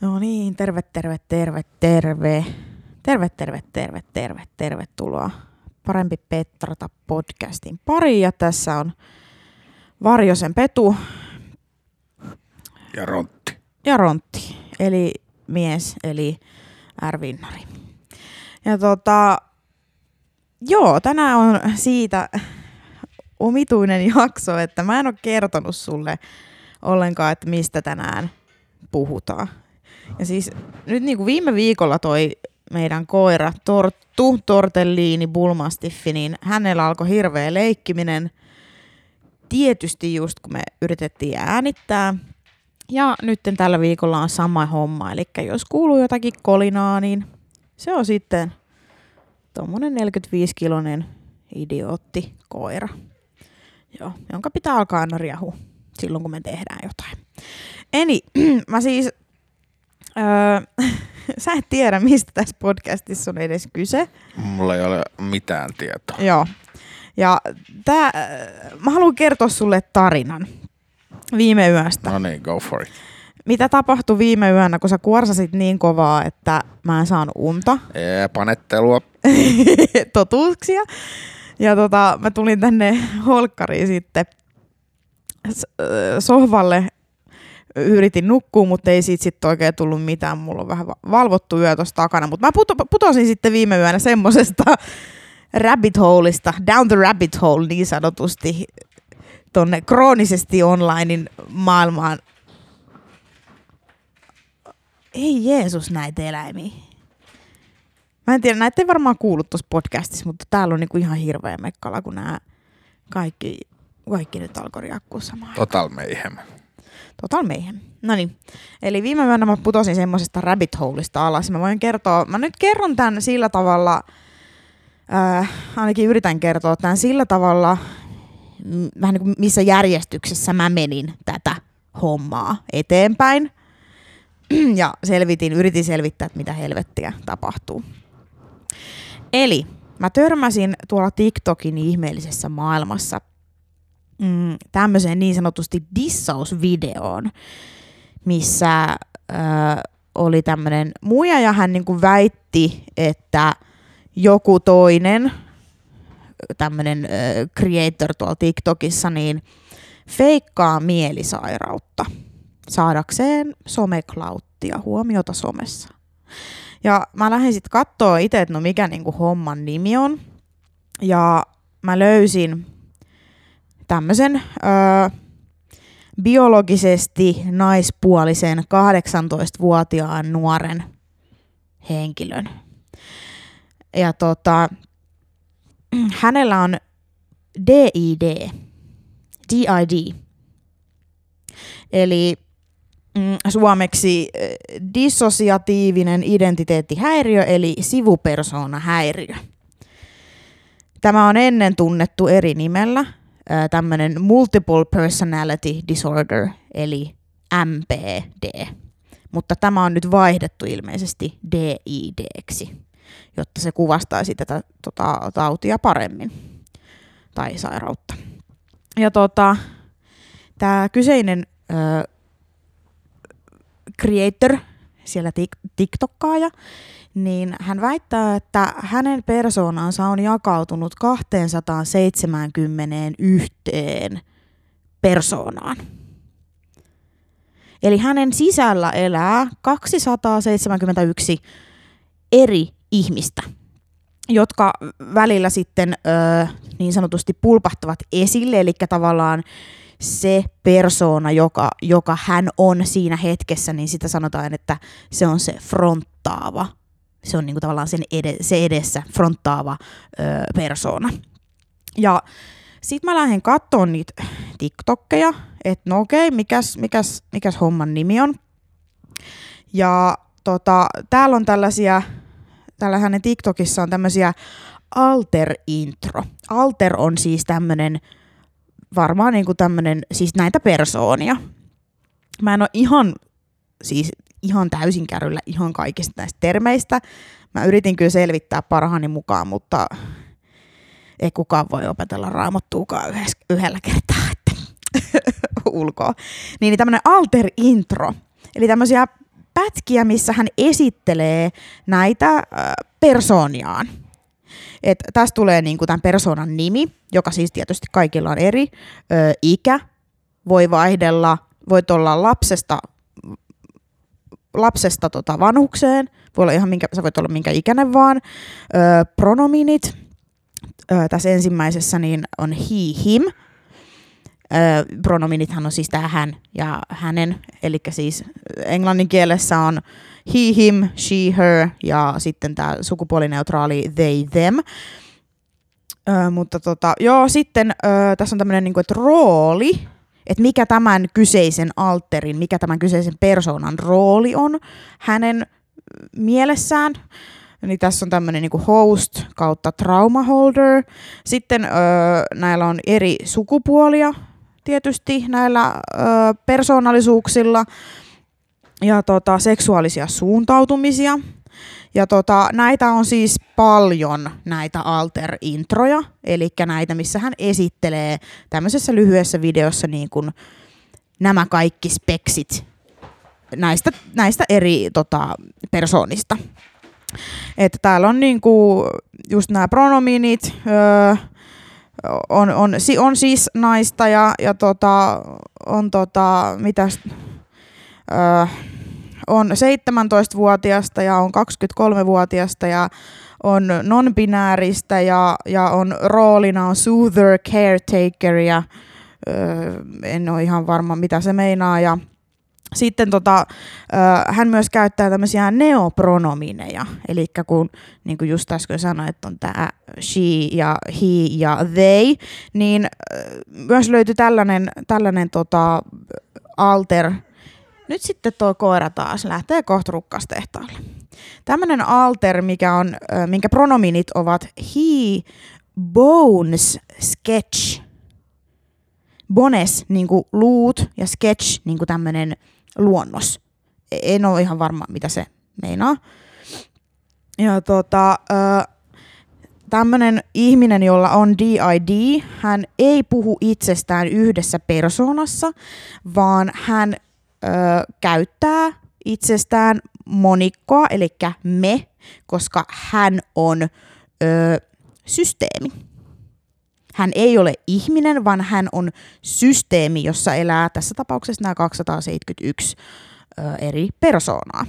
No niin, tervetuloa Parempi Petrata podcastin pariin. Ja tässä on Varjosen Petu. Ja Rontti. Eli mies, eli R-Vinnari. Ja tänään on siitä omituinen jakso, että mä en ole kertonut sulle ollenkaan, että mistä tänään puhutaan. Ja siis nyt niin kuin viime viikolla toi meidän koira Tortellini Bullmastiffi, niin hänellä alkoi hirveä leikkiminen. Tietysti just kun me yritettiin äänittää. Ja nyt tällä viikolla on sama homma. Eli jos kuuluu jotakin kolinaa, niin se on sitten tommonen 45-kiloinen idiootti koira. Joo, jonka pitää alkaa aina riahua silloin, kun me tehdään jotain. Mä siis... sä et tiedä, mistä tässä podcastissa on edes kyse. Mulla ei ole mitään tietoa. Joo. Ja mä haluan kertoa sulle tarinan viime yöstä. No niin, go for it. Mitä tapahtui viime yönä, kun sä kuorsasit niin kovaa, että mä en saanut unta? Panettelua. Totuuksia. Ja mä tulin tänne holkkariin sitten sohvalle. Yritin nukkua, mutta ei siitä sitten oikein tullut mitään. Mulla on vähän valvottu yö tuossa takana. Mutta mä putosin sitten viime yönä semmosesta rabbit holeista, down the rabbit hole niin sanotusti, tonne kroonisesti onlinein maailmaan. Ei Jeesus näitä eläimiä. Mä en tiedä, näitä ei varmaan kuullut tuossa podcastissa, mutta täällä on niinku ihan hirveä mekkala, kun nämä kaikki nyt alkoi riakkua samaan. Total mayhem. No niin. Eli viime yönä mä putosin semmosesta rabbit holeista alas. Mä nyt kerron tän sillä tavalla, ainakin yritän kertoa tän sillä tavalla, vähän niin kuin missä järjestyksessä mä menin tätä hommaa eteenpäin. Ja yritin selvittää, että mitä helvettiä tapahtuu. Eli mä törmäsin tuolla TikTokin ihmeellisessä maailmassa tämmöiseen niin sanotusti dissausvideoon, missä oli tämmöinen muija ja hän niin kuin väitti, että joku toinen tämmöinen creator tuolla TikTokissa niin feikkaa mielisairautta saadakseen someklauttia, huomiota somessa. Ja mä lähdin sitten kattoo itse, että no mikä niinku homman nimi on. Ja mä löysin tämmöisen biologisesti naispuolisen 18-vuotiaan nuoren henkilön. Ja hänellä on DID. Eli suomeksi dissosiatiivinen identiteettihäiriö, eli sivupersoonahäiriö. Tämä on ennen tunnettu eri nimellä, tämmöinen multiple personality disorder, eli MPD. Mutta tämä on nyt vaihdettu ilmeisesti DID:ksi, jotta se kuvastaisi tätä tautia paremmin, tai sairautta. Ja tämä kyseinen creator, siellä TikTokkaaja, niin hän väittää, että hänen persoonansa on jakautunut 271 persoonaan. Eli hänen sisällä elää 271 eri ihmistä, jotka välillä sitten niin sanotusti pulpahtavat esille, eli tavallaan se persoona, joka hän on siinä hetkessä, niin sitä sanotaan, että se on se fronttaava. Se on niinku tavallaan se edessä fronttaava persoona. Ja sit mä lähdin katsomaan niitä TikTokkeja, että no okei, mikäs homman nimi on. Ja täällä on täällä hänen TikTokissa on tämmöisiä alter-intro. Alter on siis tämmönen varmaan niinku tämmönen, siis näitä persoonia. Mä en oo ihan täysin kärryllä ihan kaikista näistä termeistä. Mä yritin kyllä selvittää parhaani mukaan, mutta ei kukaan voi opetella raamattuukaan yhdellä kertaa, että ulkoa. Niin tämmönen alter intro, eli tämmöisiä pätkiä, missä hän esittelee näitä persooniaan. Tästä tulee niinku tämän persoonan nimi, joka siis tietysti kaikilla on eri. Ikä voi vaihdella, voit olla lapsesta vanhukseen, voi olla ihan sä voit olla minkä ikäinen vaan. Pronominit, tässä ensimmäisessä niin on he, him. Pronominithan on siis tää hän ja hänen, eli siis englannin kielessä on he, him, she, her ja sitten tää sukupuolineutraali they, them. Mutta sitten tässä on tämmönen niinku, että rooli, että mikä tämän kyseisen alterin, mikä tämän kyseisen persoonan rooli on hänen mielessään. Niin tässä on tämmöinen niinku host kautta trauma holder. Sitten näillä on eri sukupuolia tietysti näillä persoonallisuuksilla ja seksuaalisia suuntautumisia. Ja näitä on siis paljon näitä alter-introja, eli näitä, missä hän esittelee tämmöisessä lyhyessä videossa niin kuin nämä kaikki speksit näistä eri persoonista. Että täällä on niinku just nämä pronominit, on siis naista ja on 17-vuotiasta ja on 23-vuotiasta ja on non-binääristä ja on roolina on soother, caretaker ja en ole ihan varma mitä se meinaa ja sitten hän myös käyttää tämmöisiä neopronomineja, eli kun niin kuin just äsken sanoin, että on tämä she ja he ja they, niin myös löytyi tällainen alter. Nyt sitten tuo koira taas lähtee kohta rukkastehtaalle. Tämmöinen alter, minkä pronominit ovat he, bones, sketch. Bones, niin kuin luut, ja sketch, niin kuin tämmöinen luonnos. En ole ihan varma, mitä se meinaa. Ja tämmöinen ihminen, jolla on DID, hän ei puhu itsestään yhdessä persoonassa, vaan hän käyttää itsestään monikkoa, eli me, koska hän on systeemi. Hän ei ole ihminen, vaan hän on systeemi, jossa elää tässä tapauksessa nämä 271 eri persoonaa.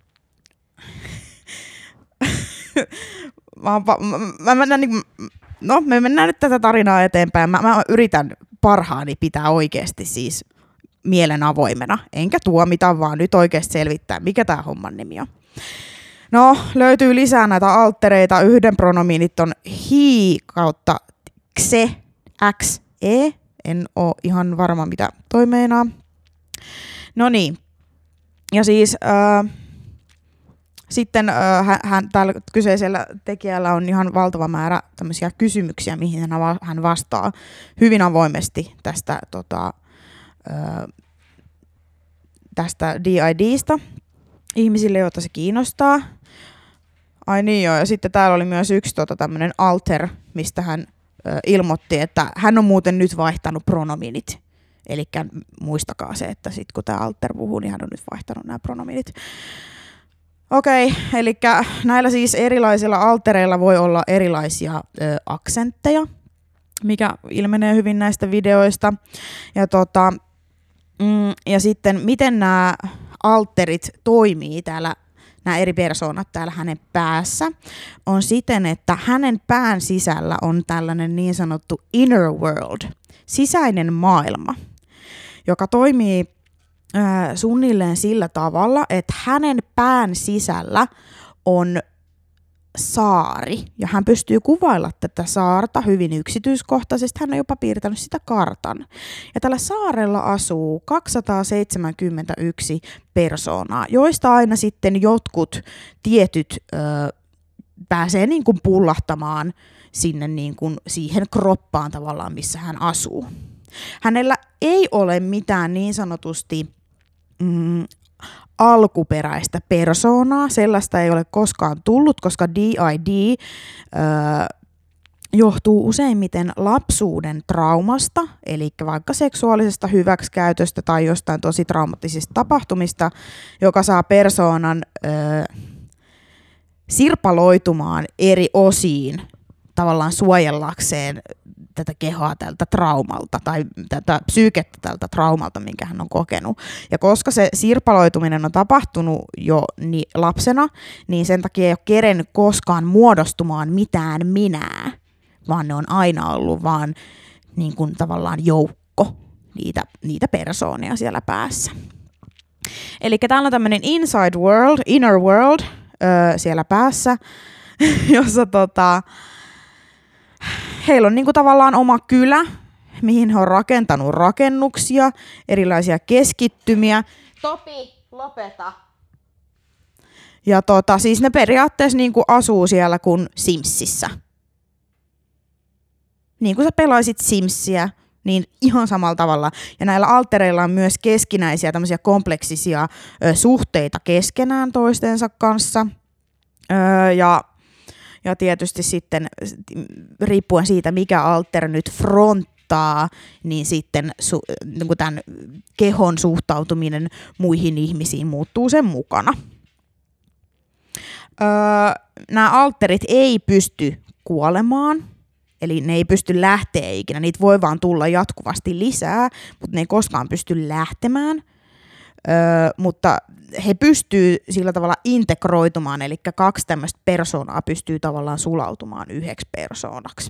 Me mennään nyt tätä tarinaa eteenpäin. Mä yritän parhaani pitää oikeasti siis mielen avoimena, enkä tuomita, vaan nyt oikeasti selvittää, mikä tää homman nimi on. No, löytyy lisää näitä altereita. Yhden pronominit on he kautta xe, x, e. En oo ihan varma, mitä toi meinaa. No niin. Ja siis sitten tällä kyseisellä tekijällä on ihan valtava määrä tämmöisiä kysymyksiä, mihin hän vastaa hyvin avoimesti tästä DIDstä ihmisille, joita se kiinnostaa. Ai niin joo, ja sitten täällä oli myös yksi tämmöinen alter, mistä hän ilmoitti, että hän on muuten nyt vaihtanut pronominit. Eli muistakaa se, että sit kun tämä alter puhuu, niin hän on nyt vaihtanut nämä pronominit. Okei, eli näillä siis erilaisilla altereilla voi olla erilaisia aksentteja, mikä ilmenee hyvin näistä videoista. Ja sitten miten nämä alterit toimii täällä, nämä eri persoonat täällä hänen päässä, on siten, että hänen pään sisällä on tällainen niin sanottu inner world, sisäinen maailma, joka toimii suunnilleen sillä tavalla, että hänen pään sisällä on saari, ja hän pystyy kuvailla tätä saarta hyvin yksityiskohtaisesti. Hän on jopa piirtänyt sitä kartan. Ja tällä saarella asuu 271 persoonaa, joista aina sitten jotkut tietyt pääsee niin kuin pullahtamaan sinne niin kuin siihen kroppaan tavallaan, missä hän asuu. Hänellä ei ole mitään niin sanotusti alkuperäistä persoonaa, sellaista ei ole koskaan tullut, koska DID johtuu useimmiten lapsuuden traumasta, eli vaikka seksuaalisesta hyväksikäytöstä tai jostain tosi traumaattisista tapahtumista, joka saa persoonan sirpaloitumaan eri osiin tavallaan suojellakseen tätä kehoa tältä traumalta tai tätä psyykettä tältä traumalta, minkä hän on kokenut. Ja koska se sirpaloituminen on tapahtunut jo lapsena, niin sen takia ei ole kerennyt koskaan muodostumaan mitään minää, vaan ne on aina ollut vaan niin kuin tavallaan joukko niitä persoonia siellä päässä. Eli täällä on tämmöinen inside world, inner world siellä päässä, jossa heillä on niinku tavallaan oma kylä, mihin he on rakentanut rakennuksia, erilaisia keskittymiä. Topi, lopeta. Ja siis ne periaatteessa niinku asuu siellä kuin Simsissä. Niin kuin sä pelaisit Simsiä, niin ihan samalla tavalla. Ja näillä alttereilla on myös keskinäisiä tämmöisiä kompleksisia suhteita keskenään toistensa kanssa. Ja tietysti sitten riippuen siitä, mikä alter nyt fronttaa, niin sitten niin tämän kehon suhtautuminen muihin ihmisiin muuttuu sen mukana. Nämä alterit ei pysty kuolemaan, eli ne ei pysty lähteä ikinä. Niitä voi vaan tulla jatkuvasti lisää, mutta ne ei koskaan pysty lähtemään. Mutta he pystyy sillä tavalla integroitumaan, eli 2 tämmöistä persoonaa pystyy tavallaan sulautumaan yhdeksi persoonaksi.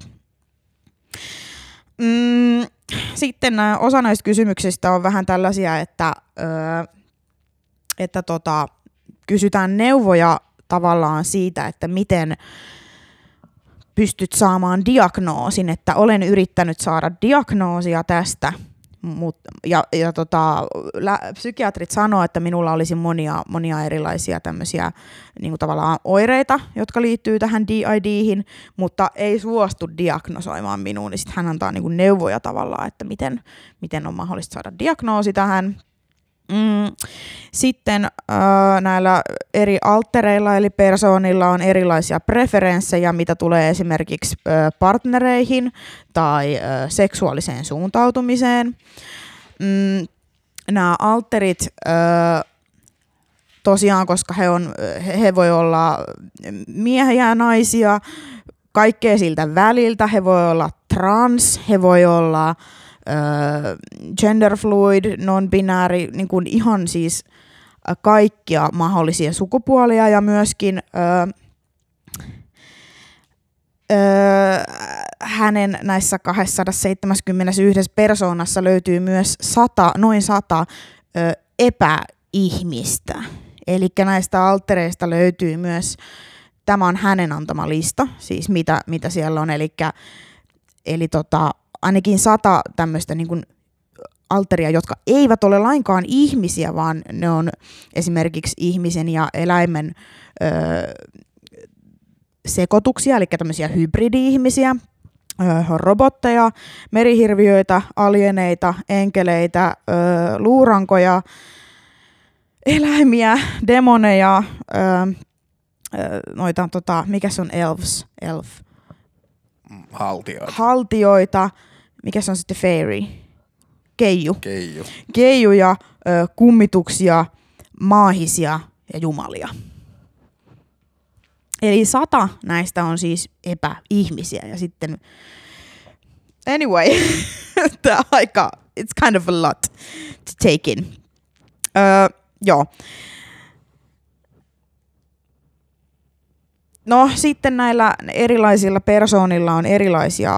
Sitten osa näistä kysymyksistä on vähän tällaisia, että kysytään neuvoja tavallaan siitä, että miten pystyt saamaan diagnoosin, että olen yrittänyt saada diagnoosia tästä, psykiatrit sanoo, että minulla olisi monia erilaisia tämmöisiä niin kuin tavallaan oireita, jotka liittyy tähän DID:hin, mutta ei suostu diagnosoimaan minuun, niin sitten hän antaa niin kuin neuvoja tavallaan, että miten on mahdollista saada diagnoosi tähän. Sitten näillä eri altereilla eli persoonilla on erilaisia preferenssejä, mitä tulee esimerkiksi partnereihin tai seksuaaliseen suuntautumiseen. Nämä alterit tosiaan, koska he voi olla miehiä ja naisia, kaikkea siltä väliltä, he voi olla trans, he voi olla genderfluid, non-binääri, niin kuin ihan siis kaikkia mahdollisia sukupuolia ja myöskin hänen näissä 271 persoonassa löytyy myös noin 100 epäihmistä. Eli näistä altereista löytyy myös, tämä on hänen antama lista, siis mitä siellä on, eli ainakin 100 tämmöistä niin kuin alteria, jotka eivät ole lainkaan ihmisiä, vaan ne on esimerkiksi ihmisen ja eläimen sekoituksia, eli tämmöisiä hybridi-ihmisiä, robotteja, merihirviöitä, alieneita, enkeleitä, luurankoja, eläimiä, demoneja, noita, mikä se on elf? Haltioita, mikä se on sitten fairy? Keijuja, kummituksia, maahisia ja jumalia. Eli 100 näistä on siis epäihmisiä ja sitten anyway, it's kind of a lot to take in. Joo. No sitten näillä erilaisilla persoonilla on erilaisia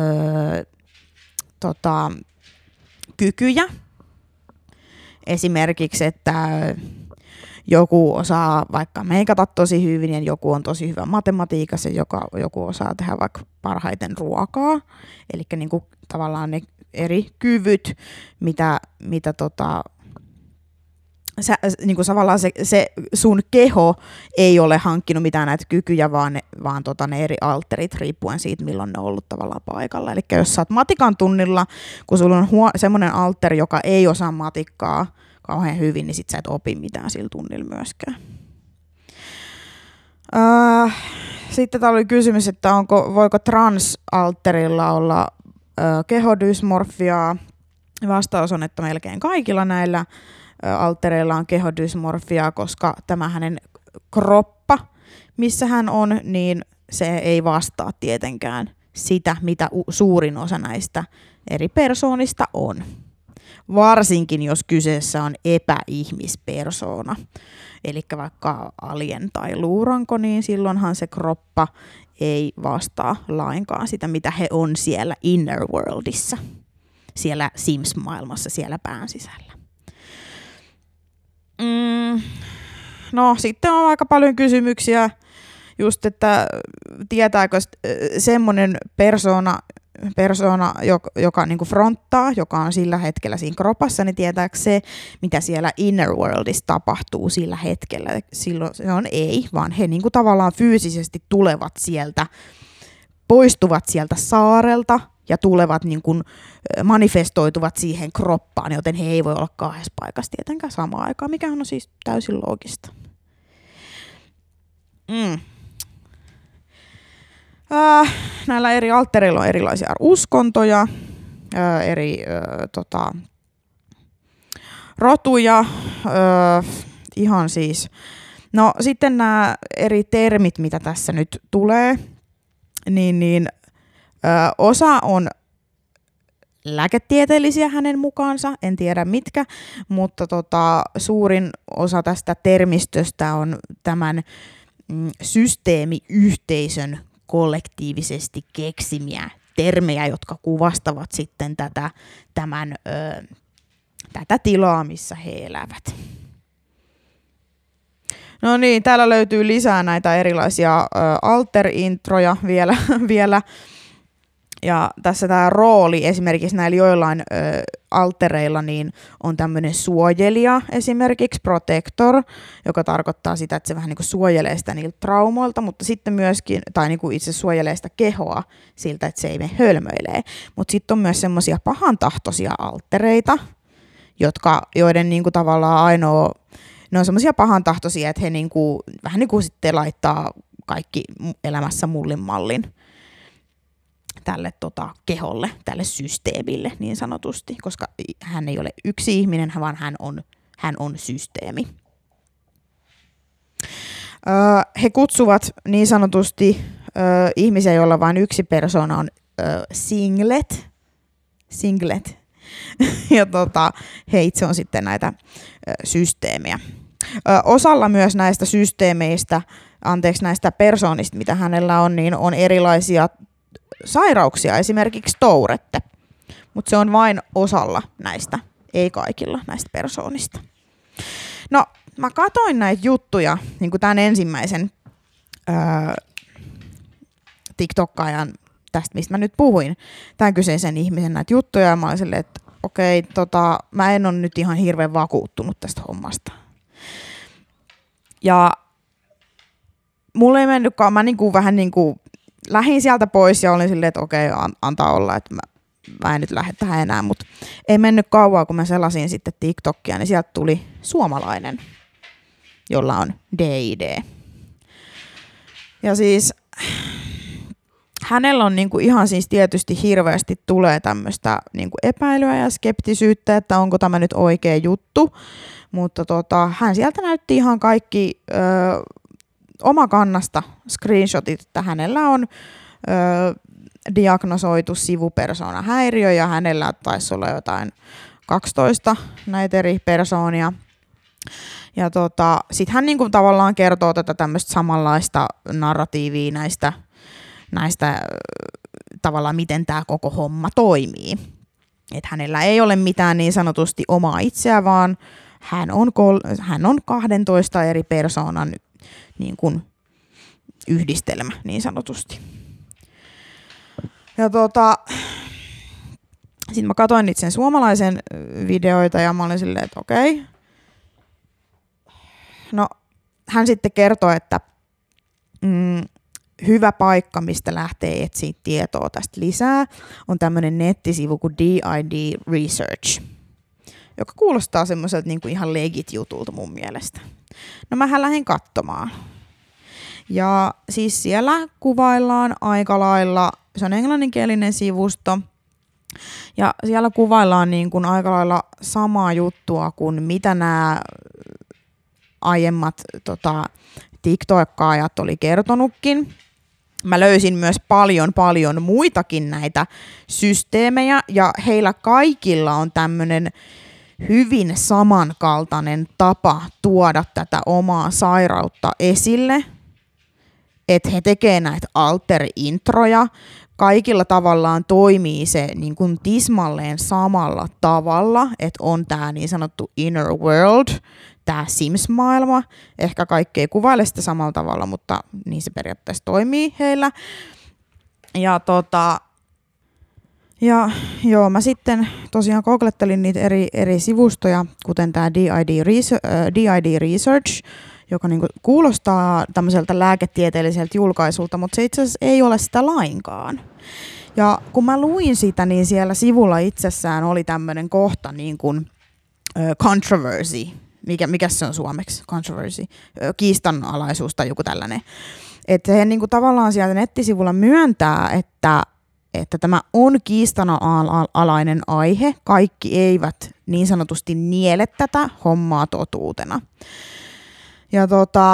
kykyjä. Esimerkiksi, että joku osaa vaikka meikata tosi hyvin ja joku on tosi hyvä matematiikassa, joku osaa tehdä vaikka parhaiten ruokaa. Eli niinku tavallaan ne eri kyvyt, mitä niinku tavallaan se sun keho ei ole hankkinut mitään näitä kykyjä, vaan ne eri alterit riippuen siitä, milloin ne on ollut tavallaan paikalla. Eli jos sä oot matikan tunnilla, kun sulla on semmoinen alteri, joka ei osaa matikkaa kauhean hyvin, niin sit sä et opi mitään sillä tunnilla myöskään. Sitten täällä oli kysymys, että voiko transalterilla olla kehodysmorfiaa. Vastaus on, että melkein kaikilla näillä altereilla on kehodysmorfiaa, koska tämä hänen kroppa, missä hän on, niin se ei vastaa tietenkään sitä, mitä suurin osa näistä eri persoonista on. Varsinkin, jos kyseessä on epäihmispersoona, eli vaikka alien tai luuranko, niin silloinhan se kroppa ei vastaa lainkaan sitä, mitä he on siellä inner worldissa, siellä Sims-maailmassa, siellä pään sisällä. No, sitten on aika paljon kysymyksiä, just, että tietääkö semmoinen persona, joka niinku fronttaa, joka on sillä hetkellä siinä kropassa, niin tietääkö se, mitä siellä inner worldissa tapahtuu sillä hetkellä. Silloin se on ei, vaan he niinku tavallaan fyysisesti tulevat sieltä, poistuvat sieltä saarelta ja tulevat niinku, manifestoituvat siihen kroppaan, joten he ei voi olla kahdessa paikassa tietenkään samaan aikaan, mikä on siis täysin loogista. Näillä eri alttereilla on erilaisia uskontoja, eri rotuja, ihan siis. No sitten nämä eri termit, mitä tässä nyt tulee, niin osa on lääketieteellisiä hänen mukaansa, en tiedä mitkä, mutta suurin osa tästä termistöstä on tämän systeemiyhteisön kollektiivisesti keksimiä termejä, jotka kuvastavat sitten tätä tilaa, missä he elävät. No niin, täällä löytyy lisää näitä erilaisia alter-introja vielä. Ja tässä tämä rooli esimerkiksi näillä joillain altereilla niin on tämmöinen suojelija, esimerkiksi protector, joka tarkoittaa sitä, että se vähän niin kuin suojelee sitä niiltä traumoilta, mutta sitten myöskin, tai niin kuin itse suojelee sitä kehoa siltä, että se ei mene hölmöilee. Mutta sitten on myös semmoisia pahantahtoisia altereita, joiden niin kuin tavallaan ne on semmoisia pahantahtoisia, että he niin kuin, vähän niin kuin sitten laittaa kaikki elämässä mullin mallin tälle keholle, tälle systeemille niin sanotusti, koska hän ei ole yksi ihminen, vaan hän on systeemi. He kutsuvat niin sanotusti ihmisiä, joilla vain yksi persoona on singlet. Ja he itse on sitten näitä systeemejä. Osalla myös näistä systeemeistä, näistä persoonista, mitä hänellä on, niin on erilaisia sairauksia, esimerkiksi Tourette, mutta se on vain osalla näistä, ei kaikilla näistä persoonista. No, mä katoin näitä juttuja, niin kuin tämän ensimmäisen TikTokkaajan, tästä mistä mä nyt puhuin, tämän kyseisen ihmisen näitä juttuja, ja mä olin silleen, että okei, mä en ole nyt ihan hirveän vakuuttunut tästä hommasta. Ja mulle ei mennytkaan, mä niinku vähän niinku lähdin sieltä pois ja olin silleen, että okei, antaa olla, että mä en nyt lähde tähän enää, mutta ei mennyt kauaa, kun mä selasin sitten TikTokia, niin sieltä tuli suomalainen, jolla on DID. Ja siis hänellä on niinku ihan siis tietysti hirveästi tulee tämmöistä niinku epäilyä ja skeptisyyttä, että onko tämä nyt oikea juttu, mutta hän sieltä näytti ihan kaikki oma kannasta screenshotit, että hänellä on diagnosoitu sivupersoonahäiriö ja hänellä taisi olla jotain 12 näitä eri persoonia. Ja sitten hän niinku tavallaan kertoo tätä tämmöistä samanlaista narratiivia näistä tavallaan miten tämä koko homma toimii. Että hänellä ei ole mitään niin sanotusti omaa itseä, vaan hän on 12 eri persoonan niin kuin yhdistelmä niin sanotusti. Ja sitten mä katsoin nyt sen suomalaisen videoita ja mä olin silleen, että okei. No, hän sitten kertoi, että hyvä paikka, mistä lähtee etsiä tietoa tästä lisää, on tämmöinen nettisivu kuin DID Research, joka kuulostaa semmoiselta niin kuin ihan legit jutulta mun mielestä. No mähän lähdin katsomaan. Ja siis siellä kuvaillaan aika lailla, se on englanninkielinen sivusto, ja siellä kuvaillaan niin kuin aika lailla samaa juttua kuin mitä nämä aiemmat TikTokkaajat oli kertonutkin. Mä löysin myös paljon muitakin näitä systeemejä, ja heillä kaikilla on tämmöinen hyvin samankaltainen tapa tuoda tätä omaa sairautta esille, että he tekee näitä alter-introja. Kaikilla tavallaan toimii se niin kuin tismalleen samalla tavalla, että on tämä niin sanottu inner world, tämä Sims-maailma. Ehkä kaikki ei kuvaile sitä samalla tavalla, mutta niin se periaatteessa toimii heillä. Ja mä sitten tosiaan googlettelin niitä eri sivustoja, kuten tämä DID Research, joka niinku kuulostaa tämmöiseltä lääketieteelliseltä julkaisulta, mutta se itse asiassa ei ole sitä lainkaan. Ja kun mä luin sitä, niin siellä sivulla itsessään oli tämmöinen kohta niin kuin controversy. Mikä se on suomeksi? Controversy. Kiistanalaisuus tai joku tällainen. Että he niin kuin tavallaan sieltä nettisivulla myöntää, että tämä on kiistanalainen aihe. Kaikki eivät niin sanotusti niele tätä hommaa totuutena. Ja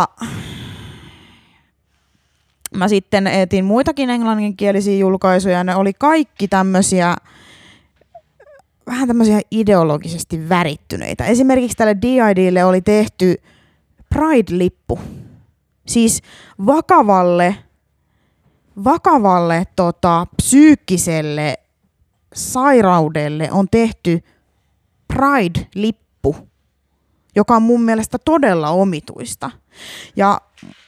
mä sitten etin muitakin englanninkielisiä julkaisuja. Ne oli kaikki tämmöisiä, vähän tämmöisiä ideologisesti värittyneitä. Esimerkiksi tälle DIDlle oli tehty Pride-lippu. Siis vakavalle psyykkiselle sairaudelle on tehty Pride-lippu, joka on mun mielestä todella omituista. Ja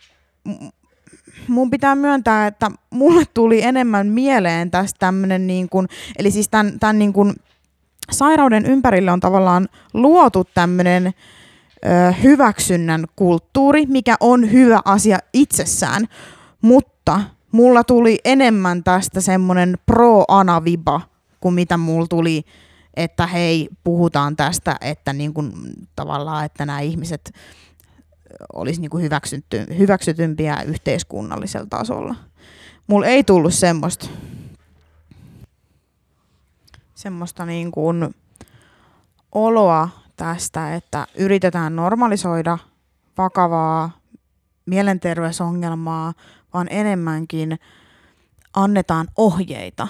mun pitää myöntää, että mulle tuli enemmän mieleen tästä tämmönen niin kuin, eli siis tämän niin kuin sairauden ympärille on tavallaan luotu tämmöinen hyväksynnän kulttuuri, mikä on hyvä asia itsessään, mutta mulla tuli enemmän tästä semmoinen pro-ana-viba kuin mitä mulla tuli, että hei, puhutaan tästä, että niin kuin, tavallaan, että nämä ihmiset olisi niin kuin hyväksytympiä yhteiskunnallisella tasolla. Mulla ei tullut semmoista niin kuin oloa tästä, että yritetään normalisoida vakavaa mielenterveysongelmaa, vaan enemmänkin annetaan ohjeita,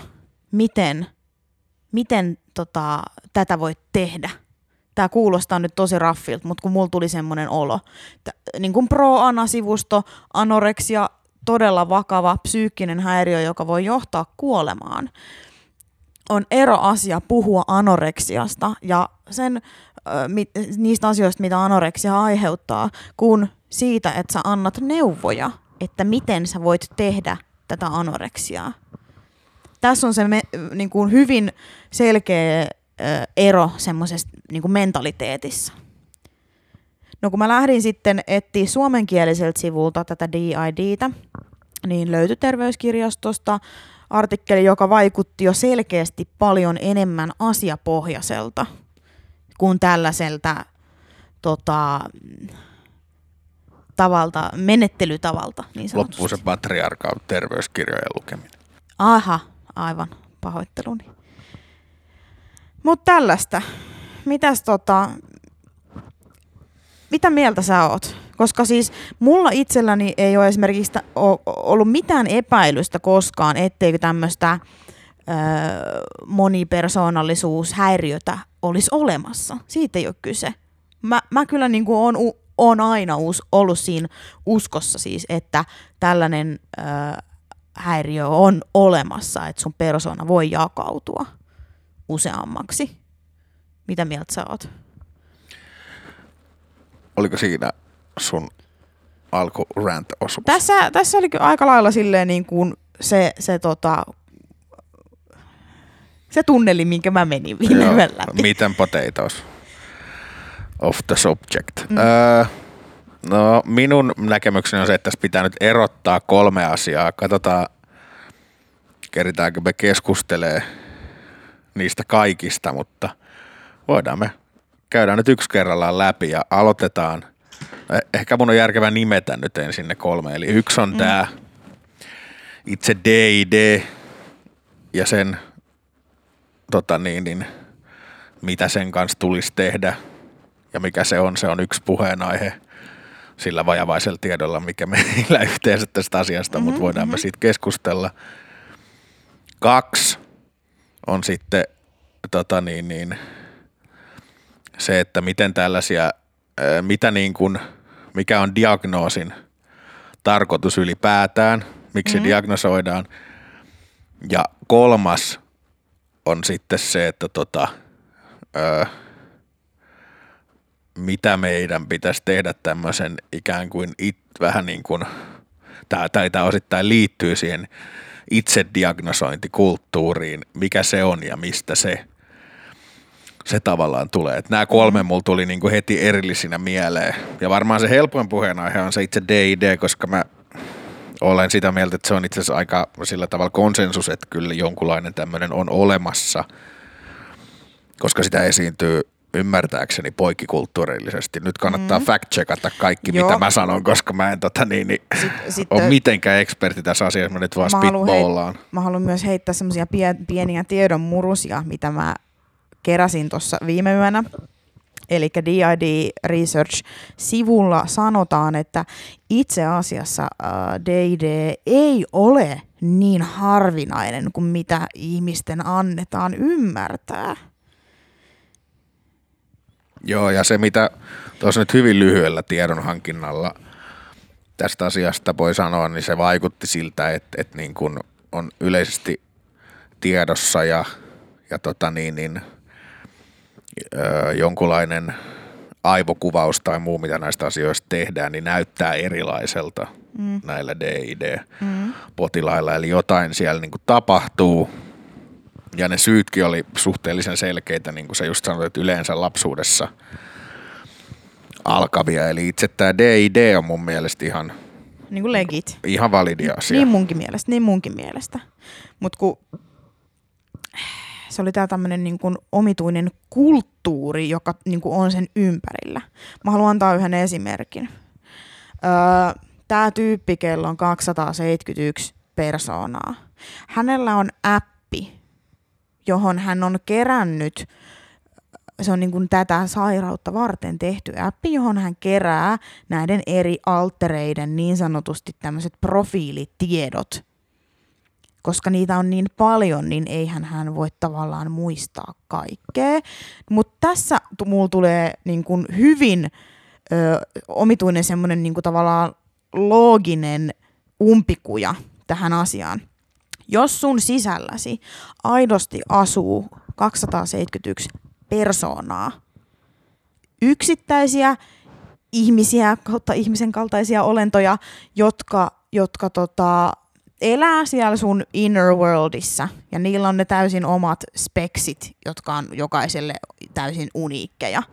miten tätä voi tehdä. Tämä kuulostaa nyt tosi raffilta, mutta kun mulla tuli semmoinen olo. Niin kuin pro-ana-sivusto, anoreksia, todella vakava psyykkinen häiriö, joka voi johtaa kuolemaan. On ero asia puhua anoreksiasta ja niistä asioista, mitä anoreksia aiheuttaa, kun siitä, että sä annat neuvoja, että miten sä voit tehdä tätä anoreksiaa. Tässä on se niin kuin hyvin selkeä ero semmoisesta niin kuin mentaliteetissa. No kun mä lähdin sitten etsiä suomenkieliseltä sivulta tätä DIDtä, niin löytyi Terveyskirjastosta artikkeli, joka vaikutti jo selkeästi paljon enemmän asiapohjaiselta kuin tällaiselta menettelytavalta. Niin loppuu se patriarkaan terveyskirjojen lukeminen. Aha, aivan, pahoitteluni. Mutta tällaista. Mitä mieltä sä oot? Koska siis mulla itselläni ei ole esimerkiksi ollut mitään epäilystä koskaan, etteikö tämmöistä monipersoonallisuushäiriötä olisi olemassa. Siitä ei ole kyse. Mä kyllä niin kuin on aina ollut siinä uskossa siis, että tällainen häiriö on olemassa, että sun persoona voi jakautua useammaksi. Mitä mieltä sä oot? Oliko siinä sun alku rant-osuus? Tässä oli aika lailla silleen niin kuin se tunneli, minkä mä menin viime läpi. Miten potatoes of the subject. No minun näkemykseni on se, että tässä pitää nyt erottaa 3 asiaa. Katsotaan, keritäänkö me keskustelee niistä kaikista, mutta voidaan me käydään nyt yksi kerrallaan läpi ja aloitetaan. ehkä mun on järkevää nimetä nyt ensin ne 3. Eli yksi on tää itse DID ja sen mitä sen kanssa tulisi tehdä ja mikä se on yksi puheenaihe sillä vajavaisella tiedolla, mikä meillä yhteensä tästä asiasta, mutta voidaan me siitä keskustella. 2 on sitten se, että miten tällaisia, mikä on diagnoosin tarkoitus ylipäätään, miksi diagnosoidaan. Ja 3 on sitten se, että mitä meidän pitäisi tehdä tämmöisen ikään kuin vähän niin kuin, tämä osittain liittyy siihen itsediagnosointikulttuuriin, mikä se on ja mistä se tavallaan tulee. Että nämä 3 mulla tuli niin kuin heti erillisinä mieleen. Ja varmaan se helpoin puheenaihe on se itse DID, koska mä olen sitä mieltä, että se on itse asiassa aika sillä tavalla konsensus, että kyllä jonkunlainen tämmöinen on olemassa, koska sitä esiintyy ymmärtääkseni poikkikulttuurillisesti. Nyt kannattaa fact-checkata kaikki, mitä mä sanon, koska mä en ole mitenkään ekspertti tässä asiassa, mä nyt vaan spitballaan. Mä haluan myös heittää semmoisia pieniä tiedonmurusia, mitä mä keräsin tuossa viime yönä. Eli DID Research-sivulla sanotaan, että itse asiassa DID ei ole niin harvinainen kuin mitä ihmisten annetaan ymmärtää. Joo, ja se mitä tuossa nyt hyvin lyhyellä tiedonhankinnalla tästä asiasta voi sanoa, niin se vaikutti siltä, että niin kuin on yleisesti tiedossa ja jonkunlainen aivokuvaus tai muu, mitä näistä asioista tehdään, niin näyttää erilaiselta näillä DID-potilailla. Eli jotain siellä niin kuin tapahtuu. Ja ne syytkin oli suhteellisen selkeitä, niin kuin sä just sanoit, että yleensä lapsuudessa alkavia. Eli itse tämä DID on mun mielestä ihan niin kuin legit. Ihan validi asia. Niin munkin mielestä. Mutta kun se oli tää tämmönen niin kuin omituinen kulttuuri, joka niin kuin on sen ympärillä. Mä haluan antaa yhden esimerkin. Tää tyyppi, kello on 271 persoonaa. Hänellä on appi, johon hän on kerännyt, se on niin kuin tätä sairautta varten tehty appi, johon hän kerää näiden eri altereiden niin sanotusti tämmöiset profiilitiedot. Koska niitä on niin paljon, niin eihän hän voi tavallaan muistaa kaikkea. Mutta tässä mulla tulee niin kuin hyvin omituinen semmoinen niin kuin tavallaan looginen umpikuja tähän asiaan. Jos sun sisälläsi aidosti asuu 271 persoonaa, yksittäisiä ihmisiä kautta ihmisen kaltaisia olentoja, jotka elää siellä sun inner worldissa ja niillä on ne täysin omat speksit, jotka on jokaiselle täysin uniikkeja.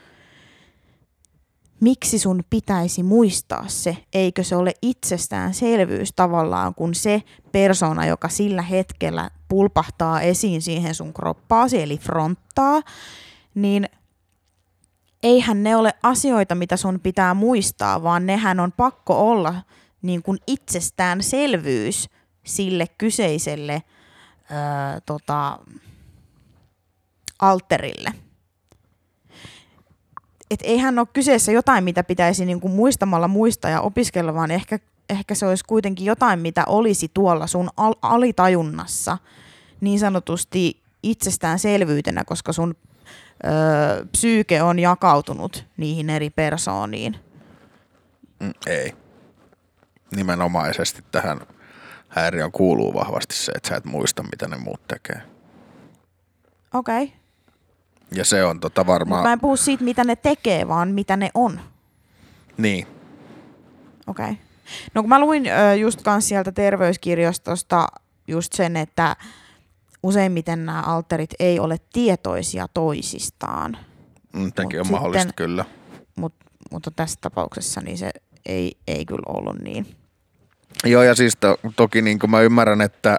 Miksi sun pitäisi muistaa se? Eikö se ole itsestäänselvyys tavallaan, kun se persona, joka sillä hetkellä pulpahtaa esiin siihen sun kroppaasi, eli fronttaa, niin eihän ne ole asioita, mitä sun pitää muistaa, vaan nehän on pakko olla niin kuin itsestäänselvyys sille kyseiselle alterille. Et eihän ole kyseessä jotain, mitä pitäisi niin kuin muistamalla muistaa ja opiskella, vaan ehkä se olisi kuitenkin jotain, mitä olisi tuolla sun alitajunnassa niin sanotusti itsestäänselvyytenä, koska sun psyyke on jakautunut niihin eri persooniin. Ei. Nimenomaisesti tähän häiriöön kuuluu vahvasti se, että sä et muista, mitä ne muut tekee. Okei. Okay. Ja se on varmaan... Mä en puhu siitä, mitä ne tekee, vaan mitä ne on. Niin. Okei. Okay. No kun mä luin just kans sieltä terveyskirjastosta just sen, että useimmiten nämä alterit ei ole tietoisia toisistaan. Tämäkin on mahdollista kyllä. Mutta tässä tapauksessa niin se ei kyllä ollut niin. Joo, ja siis toki niin kuin mä ymmärrän, että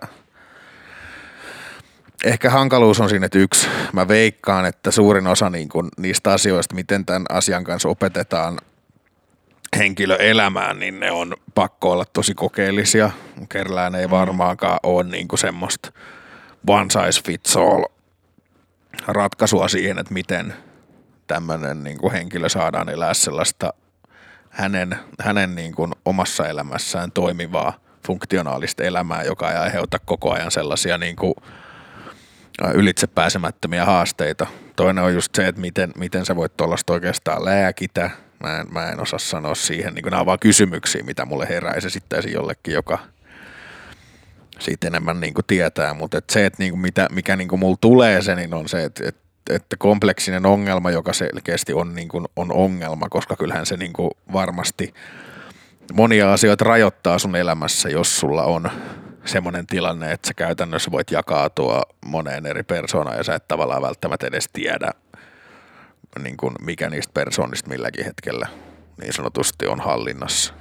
ehkä hankaluus on siinä, että mä veikkaan, että suurin osa niin kuin niistä asioista, miten tämän asian kanssa opetetaan henkilöelämään, niin ne on pakko olla tosi kokeellisia. Kellään ei varmaankaan ole niinku semmoista one size fits all ratkaisua siihen, että miten tämmöinen niinku henkilö saadaan elää sellaista hänen niinku omassa elämässään toimivaa funktionaalista elämää, joka ei aiheuta koko ajan sellaisia niinku ylitsepääsemättömiä haasteita. Toinen on just se, että miten sä voit tuollaista oikeastaan lääkitä. Mä en osaa sanoa siihen, niin nämä on vaan kysymyksiä, mitä mulle herää, ja se esittäisi jollekin, joka siitä enemmän niin kuin tietää, mutta se, että niin kuin mikä niin kuin mulla tulee se, niin on se, että kompleksinen ongelma, joka selkeästi on, niin kuin, on ongelma, koska kyllähän se niin kuin varmasti monia asioita rajoittaa sun elämässä, jos sulla on semmoinen tilanne, että sä käytännössä voit jakautua moneen eri persoonaan ja sä et tavallaan välttämättä edes tiedä, niin kuin mikä niistä persoonista milläkin hetkellä niin sanotusti on hallinnassa.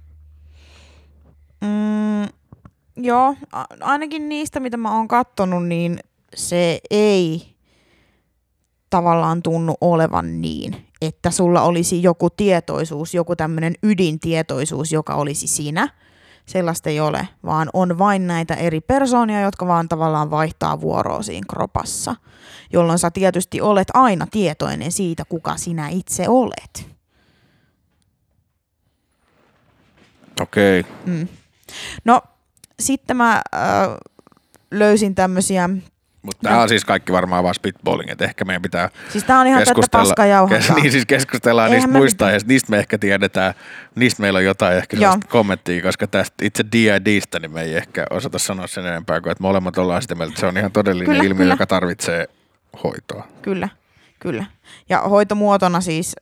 Joo, ainakin niistä, mitä mä oon kattonut, niin se ei tavallaan tunnu olevan niin, että sulla olisi joku tietoisuus, joku tämmöinen ydintietoisuus, joka olisi sinä. Sellaista ei ole, vaan on vain näitä eri persoonia, jotka vaan tavallaan vaihtaa vuoroa siinä kropassa, jolloin sä tietysti olet aina tietoinen siitä, kuka sinä itse olet. Okei. No, sitten mä löysin tämmöisiä. Mutta tämä on siis kaikki varmaan vaan spitballing, että ehkä meidän pitää siis tää on ihan tätä paskajauhantaa. Niin siis keskustellaan niistä muista aiheista, niistä me ehkä tiedetään, niistä meillä on jotain ehkä kommenttia, koska tästä itse DIDstä niin me ei ehkä osata sanoa sen enempää kuin, että molemmat ollaan sitä mieltä, että se on ihan todellinen ilmiö, joka tarvitsee hoitoa. Kyllä. Ja hoitomuotona siis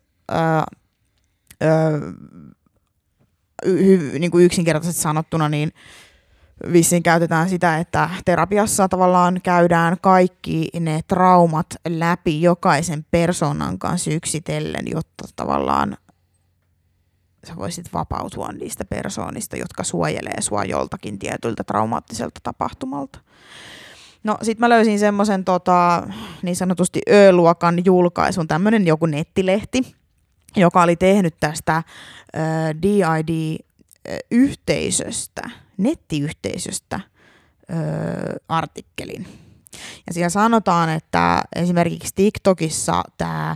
niin kuin yksinkertaisesti sanottuna, niin vissiin käytetään sitä, että terapiassa tavallaan käydään kaikki ne traumat läpi jokaisen persoonan kanssa yksitellen, jotta tavallaan sä voisit vapautua niistä persoonista, jotka suojelee sua joltakin tietyltä traumaattiselta tapahtumalta. No sit mä löysin semmoisen niin sanotusti Ö-luokan julkaisun, tämmönen joku nettilehti, joka oli tehnyt tästä DID-yhteisöstä, nettiyhteisöstä artikkelin. Ja siellä sanotaan, että esimerkiksi TikTokissa tämä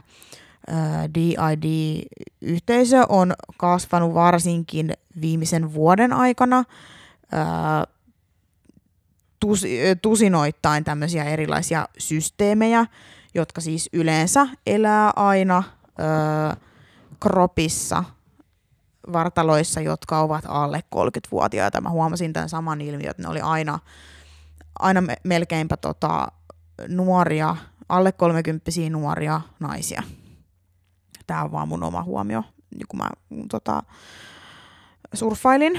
DID-yhteisö on kasvanut varsinkin viimeisen vuoden aikana tusinoittain tämmöisiä erilaisia systeemejä, jotka siis yleensä elää aina kropissa, vartaloissa, jotka ovat alle 30-vuotiaita. Mä huomasin tämän saman ilmiön, että ne oli aina melkeinpä nuoria, alle 30-vuotiaita nuoria naisia. Tämä on vaan mun oma huomio, kun mä surffailin.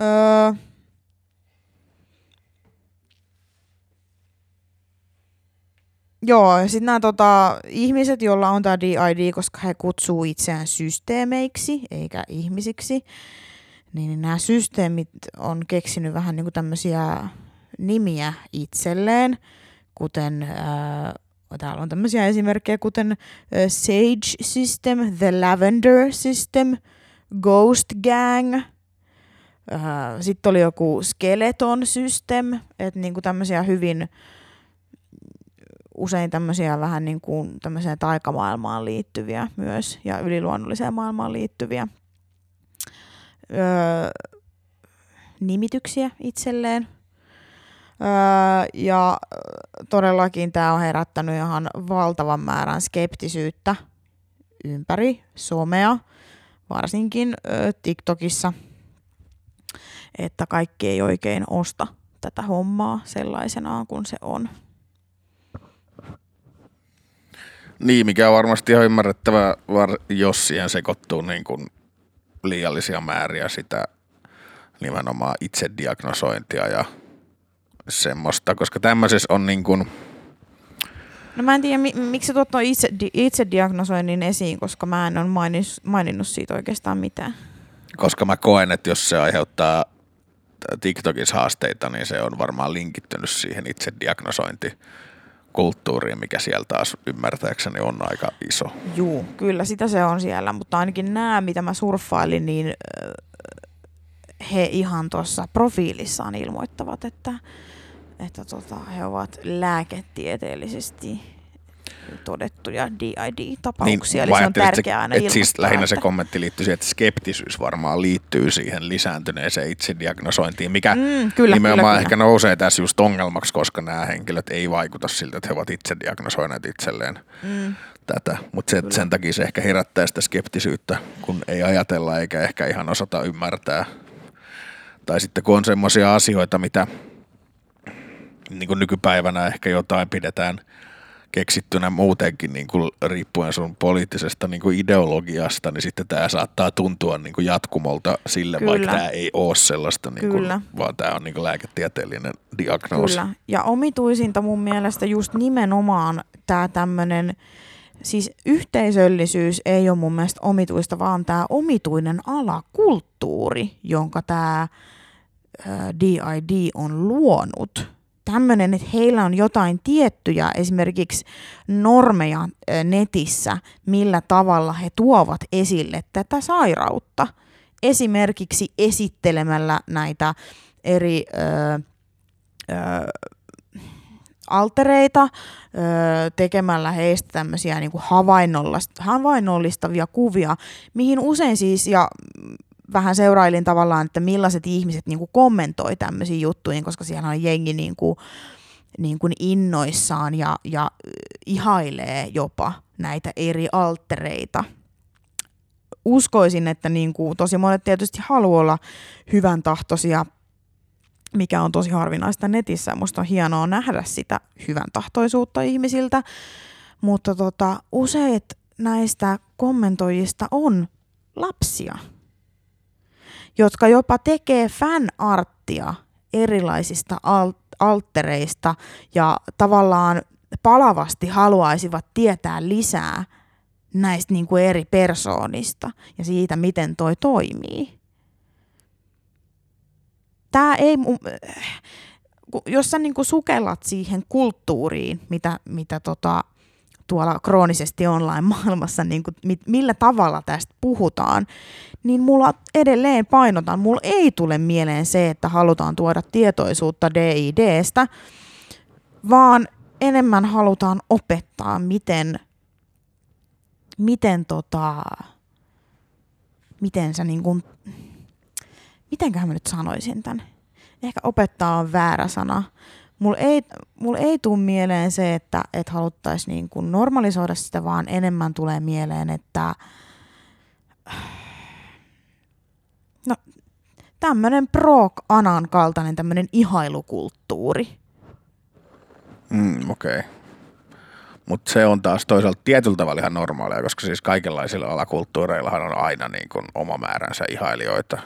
Joo, ja sitten nämä ihmiset, joilla on tämä DID, koska he kutsuu itseään systeemeiksi eikä ihmisiksi, niin nämä systeemit on keksinyt vähän niin kuin tämmöisiä nimiä itselleen, kuten täällä on tämmöisiä esimerkkejä, kuten Sage System, The Lavender System, Ghost Gang, sitten oli joku Skeleton System, että niin kuin tämmöisiä hyvin usein tämmöisiä vähän niin kuin tämmöiseen taikamaailmaan liittyviä myös ja yliluonnolliseen maailmaan liittyviä nimityksiä itselleen. Ja todellakin tämä on herättänyt ihan valtavan määrän skeptisyyttä ympäri somea, varsinkin TikTokissa, että kaikki ei oikein osta tätä hommaa sellaisenaan kuin se on. Niin, mikä on varmasti ihan ymmärrettävää, jos siihen sekoittuu niin kuin liiallisia määriä sitä nimenomaan itsediagnosointia ja semmoista, koska tämmöisessä on niin kuin. No mä en tiedä, miksi sä tuot tuon itsediagnosoinnin esiin, koska mä en ole maininnut siitä oikeastaan mitään. Koska mä koen, että jos se aiheuttaa TikTokissa haasteita, niin se on varmaan linkittynyt siihen itsediagnosointi kulttuuriin, mikä siellä taas ymmärtääkseni on aika iso. Juu, kyllä sitä se on siellä, mutta ainakin nämä, mitä mä surffailin, niin he ihan tuossa profiilissaan ilmoittavat, että he ovat lääketieteellisesti todettuja DID-tapauksia, niin, eli se on tärkeää aina ilmoittaa. Siis lähinnä se kommentti liittyy siihen, että skeptisyys varmaan liittyy siihen lisääntyneeseen itsediagnosointiin, mikä nimenomaan ehkä nousee tässä just ongelmaksi, koska nämä henkilöt ei vaikuta siltä, että he ovat itse diagnosoineet itselleen tätä. Mutta sen takia se ehkä herättää sitä skeptisyyttä, kun ei ajatella eikä ehkä ihan osata ymmärtää. Tai sitten kun on semmoisia asioita, mitä niin kuin nykypäivänä ehkä jotain pidetään keksittynä muutenkin niin kuin riippuen sun poliittisesta niin kuin ideologiasta, niin sitten tämä saattaa tuntua niin kuin jatkumolta sille, vaikka tämä ei ole sellaista, niin kuin, vaan tämä on niin kuin lääketieteellinen diagnoosi. Kyllä, ja omituisinta mun mielestä just nimenomaan tämä tämmöinen, siis yhteisöllisyys ei ole mun mielestä omituista, vaan tämä omituinen alakulttuuri, jonka tämä DID on luonut. Tämmöinen, että heillä on jotain tiettyjä esimerkiksi normeja netissä, millä tavalla he tuovat esille tätä sairautta. Esimerkiksi esittelemällä näitä eri altereita, tekemällä heistä tämmöisiä niin kuin havainnollistavia kuvia, mihin usein siis, ja vähän seurailin tavallaan, että millaiset ihmiset niin kuin kommentoi tämmöisiin juttuihin, koska siellä on jengi niin kuin innoissaan ja ihailee jopa näitä eri alttereita. Uskoisin, että niin kuin tosi monet tietysti haluaa olla hyvän tahtoisia, mikä on tosi harvinaista netissä. Musta on hienoa nähdä sitä hyvän tahtoisuutta ihmisiltä, mutta useat näistä kommentoijista on lapsia, jotka jopa tekee fanarttia erilaisista alttereista ja tavallaan palavasti haluaisivat tietää lisää näistä niin kuin eri persoonista ja siitä, miten toi toimii. Tää ei, jos sä niin kuin sukellat siihen kulttuuriin, mitä tuolla kroonisesti online-maailmassa, niin kuin, millä tavalla tästä puhutaan, niin mulla edelleen painotan, mulla ei tule mieleen se, että halutaan tuoda tietoisuutta DIDstä, vaan enemmän halutaan opettaa, miten sä niin kuin, mitenköhän mä nyt sanoisin tän? Ehkä opettaa on väärä sana. Mulla ei tule mieleen se, että haluttaisiin niin kuin normalisoida sitä, vaan enemmän tulee mieleen, että no, tämmöinen pro-anan kaltainen tämmöinen ihailukulttuuri. Okei. Mutta se on taas toisaalta tietyllä tavalla ihan normaalia, koska siis kaikenlaisilla alakulttuureillahan on aina niin kuin oma määränsä ihailijoita.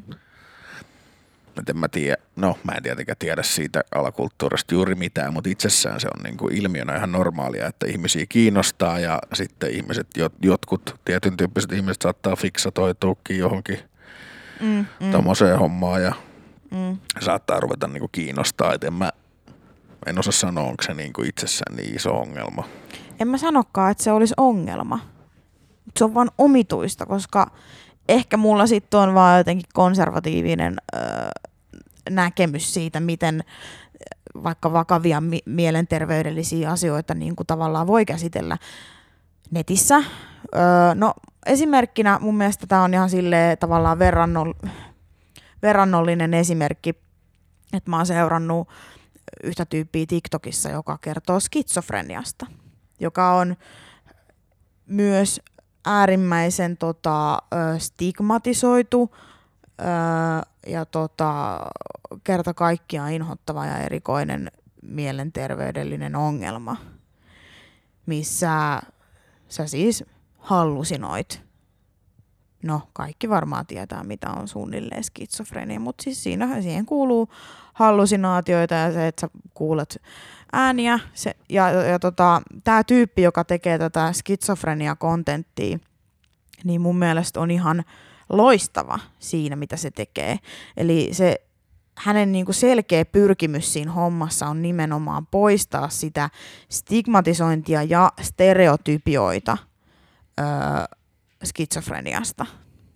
Mä en tietenkään tiedä siitä alakulttuurista juuri mitään, mutta itsessään se on niin kuin ilmiönä ihan normaalia, että ihmisiä kiinnostaa ja sitten ihmiset, jotkut tietyn tyyppiset ihmiset saattaa fiksatoituukin johonkin tommoseen hommaan ja saattaa ruveta niin kuin kiinnostaa, että en osaa sanoa, onko se niin kuin itsessään niin iso ongelma. En mä sanokaan, että se olisi ongelma, mutta se on vaan omituista, koska ehkä mulla sitten on vaan jotenkin konservatiivinen näkemys siitä, miten vaikka vakavia mielenterveydellisiä asioita niin kuin tavallaan voi käsitellä netissä. No esimerkkinä mun mielestä tämä on ihan silleen tavallaan verrannollinen esimerkki, että mä oon seurannut yhtä tyyppiä TikTokissa, joka kertoo skitsofreniasta, joka on myös äärimmäisen stigmatisoitu ja kerta kaikkiaan inhottava ja erikoinen mielenterveydellinen ongelma, missä sä siis hallusinoit. No, kaikki varmaan tietää, mitä on suunnilleen skitsofrenia, mutta siis siihen kuuluu hallusinaatioita ja se, että sä kuulet ääniä. Tämä tyyppi, joka tekee tätä skitsofrenia-kontenttia, niin mun mielestä on ihan loistava siinä, mitä se tekee. Eli se hänen niin kuin selkeä pyrkimys siinä hommassa on nimenomaan poistaa sitä stigmatisointia ja stereotypioita skitsofreniasta.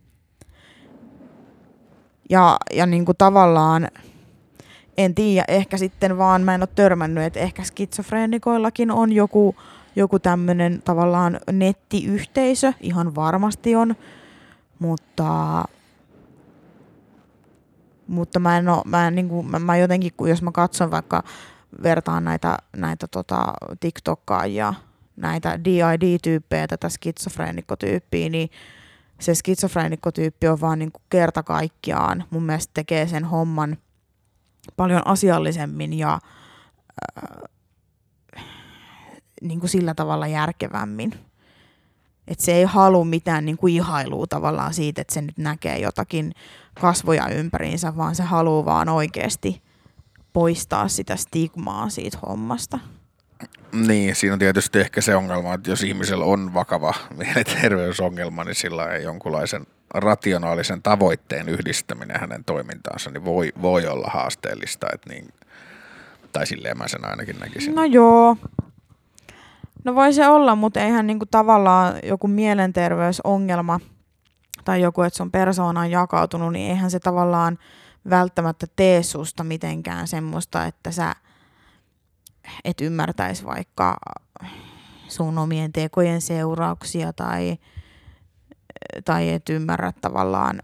Ja niin kuin tavallaan, en tiedä, ehkä sitten vaan mä en ole törmännyt, että ehkä skitsofreenikoillakin on joku tämmöinen tavallaan nettiyhteisö, ihan varmasti on, mutta mä jotenkin, jos mä katson vaikka vertaan näitä TikTokkaajia, näitä DID-tyyppejä, tätä skitsofreenikotyyppiä, niin se skitsofreenikotyyppi on vaan niin kuin kerta kaikkiaan mun mielestä tekee sen homman paljon asiallisemmin ja niin kuin sillä tavalla järkevämmin. Että se ei halua mitään niin kuin ihailua tavallaan siitä, että se nyt näkee jotakin kasvoja ympäriinsä, vaan se haluaa vaan oikeasti poistaa sitä stigmaa siitä hommasta. Niin, siinä on tietysti ehkä se ongelma, että jos ihmisellä on vakava mielenterveysongelma, niin sillä ei jonkunlaisen rationaalisen tavoitteen yhdistäminen hänen toimintaansa, niin voi olla haasteellista, että niin, tai silleen mä sen ainakin näkisin. No joo. No voi se olla, mutta eihän niinku tavallaan joku mielenterveysongelma tai joku, että sun persoona on jakautunut, niin eihän se tavallaan välttämättä tee susta mitenkään semmoista, että sä et ymmärtäisi vaikka sun omien tekojen seurauksia tai et ymmärrä tavallaan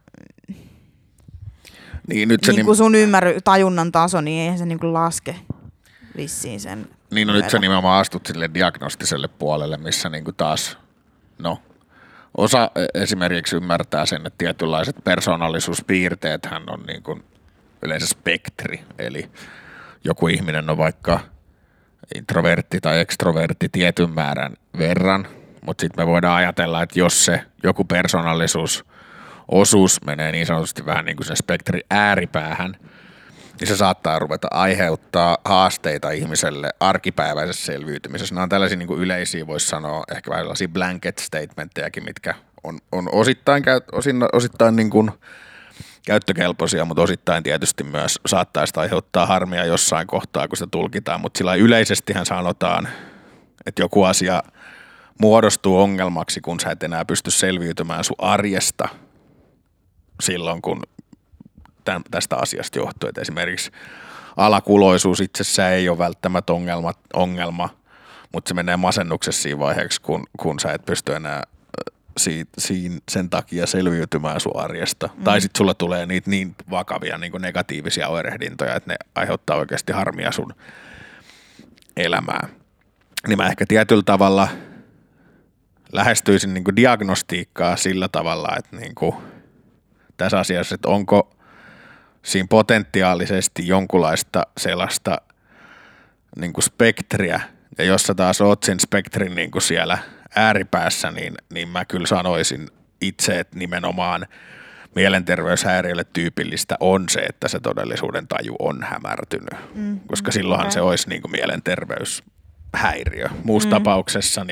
niin, nyt niin kuin sun tajunnan taso, niin eihän se niin kuin laske vissiin sen. Niin, no nyt sä nimenomaan astut sille diagnostiselle puolelle, missä niin kuin taas, no osa esimerkiksi ymmärtää sen, että tietynlaiset persoonallisuuspiirteet hän on niin kuin yleensä spektri, eli joku ihminen on vaikka introvertti tai ekstrovertti tietyn määrän verran, mutta sitten me voidaan ajatella, että jos se joku persoonallisuusosuus menee niin sanotusti vähän niin kuin sen spektrin ääripäähän, niin se saattaa ruveta aiheuttaa haasteita ihmiselle arkipäiväisessä selviytymisessä. Nämä on tällaisia niin kuin yleisiä, voisi sanoa, ehkä vähän sellaisia blanket statementtejakin, mitkä on osittain niin kuin käyttökelpoisia, mutta osittain tietysti myös saattaa sitä aiheuttaa harmia jossain kohtaa, kun sitä tulkitaan, mutta sillä yleisestihän sanotaan, että joku asia muodostuu ongelmaksi, kun sä et enää pysty selviytymään sun arjesta silloin, kun tästä asiasta johtuu. Et esimerkiksi alakuloisuus itsessään ei ole välttämättä ongelma, mutta se menee masennuksessa siinä vaiheeksi, kun sä et pysty enää sen takia selviytymään sun arjesta. Tai sitten sulla tulee niitä niin vakavia niin kuin negatiivisia oirehdintoja, että ne aiheuttaa oikeasti harmia sun elämään. Niin mä ehkä tietyllä tavalla lähestyisin niin kuin diagnostiikkaa sillä tavalla, että niin kuin tässä asiassa, että onko siinä potentiaalisesti jonkunlaista sellaista niin kuin spektriä, ja jos sä taas oot sen spektrin niin kuin siellä ääripäässä, niin mä kyllä sanoisin itse, että nimenomaan mielenterveyshäiriölle tyypillistä on se, että se todellisuuden taju on hämärtynyt, koska silloinhan se olisi niin kuin mielenterveyshäiriö. Muussa tapauksessa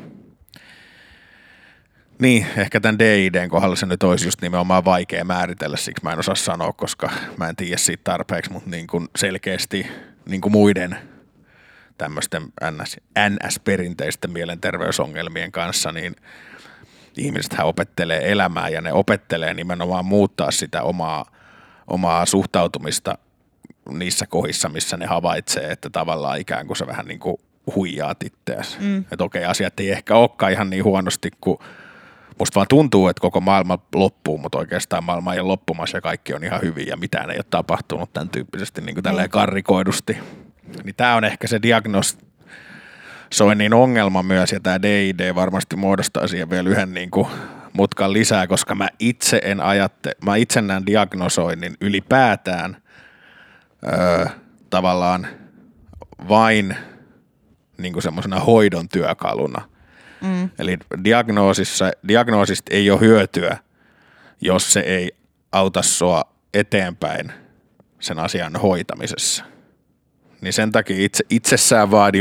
niin, ehkä tämän DID:n kohdalla se nyt olisi just nimenomaan vaikea määritellä, siksi mä en osaa sanoa, koska mä en tiedä siitä tarpeeksi, mutta niin kuin selkeästi niin kuin muiden tämmöisten NS-perinteisten mielenterveysongelmien kanssa, niin ihmisethän opettelee elämää ja ne opettelee nimenomaan muuttaa sitä omaa suhtautumista niissä kohdissa, missä ne havaitsee, että tavallaan ikään kuin se vähän niin kuin huijaat itseäsi. Että okei, asiat ei ehkä olekaan ihan niin huonosti, kuin musta vaan tuntuu, että koko maailma loppuu, mutta oikeastaan maailma ei ole loppumassa ja kaikki on ihan hyvin ja mitään ei ole tapahtunut tämän tyyppisesti niin kuin tälleen karrikoidusti. Niin tämä on ehkä se diagnosoinnin ongelma myös, ja tämä DID varmasti muodostaa siihen vielä yhden niin kuin mutkan lisää, koska mä itse näen diagnosoinnin ylipäätään tavallaan vain niin kuin semmoisena hoidon työkaluna. Eli diagnoosista ei ole hyötyä, jos se ei auta sua eteenpäin sen asian hoitamisessa. Niin sen takia itsessään vaadi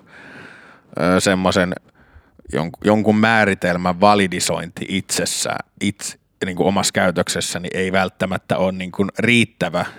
jonkun määritelmän validisointi itsessään, niin kuin omassa käytöksessä, niin ei välttämättä ole niin kuin riittävä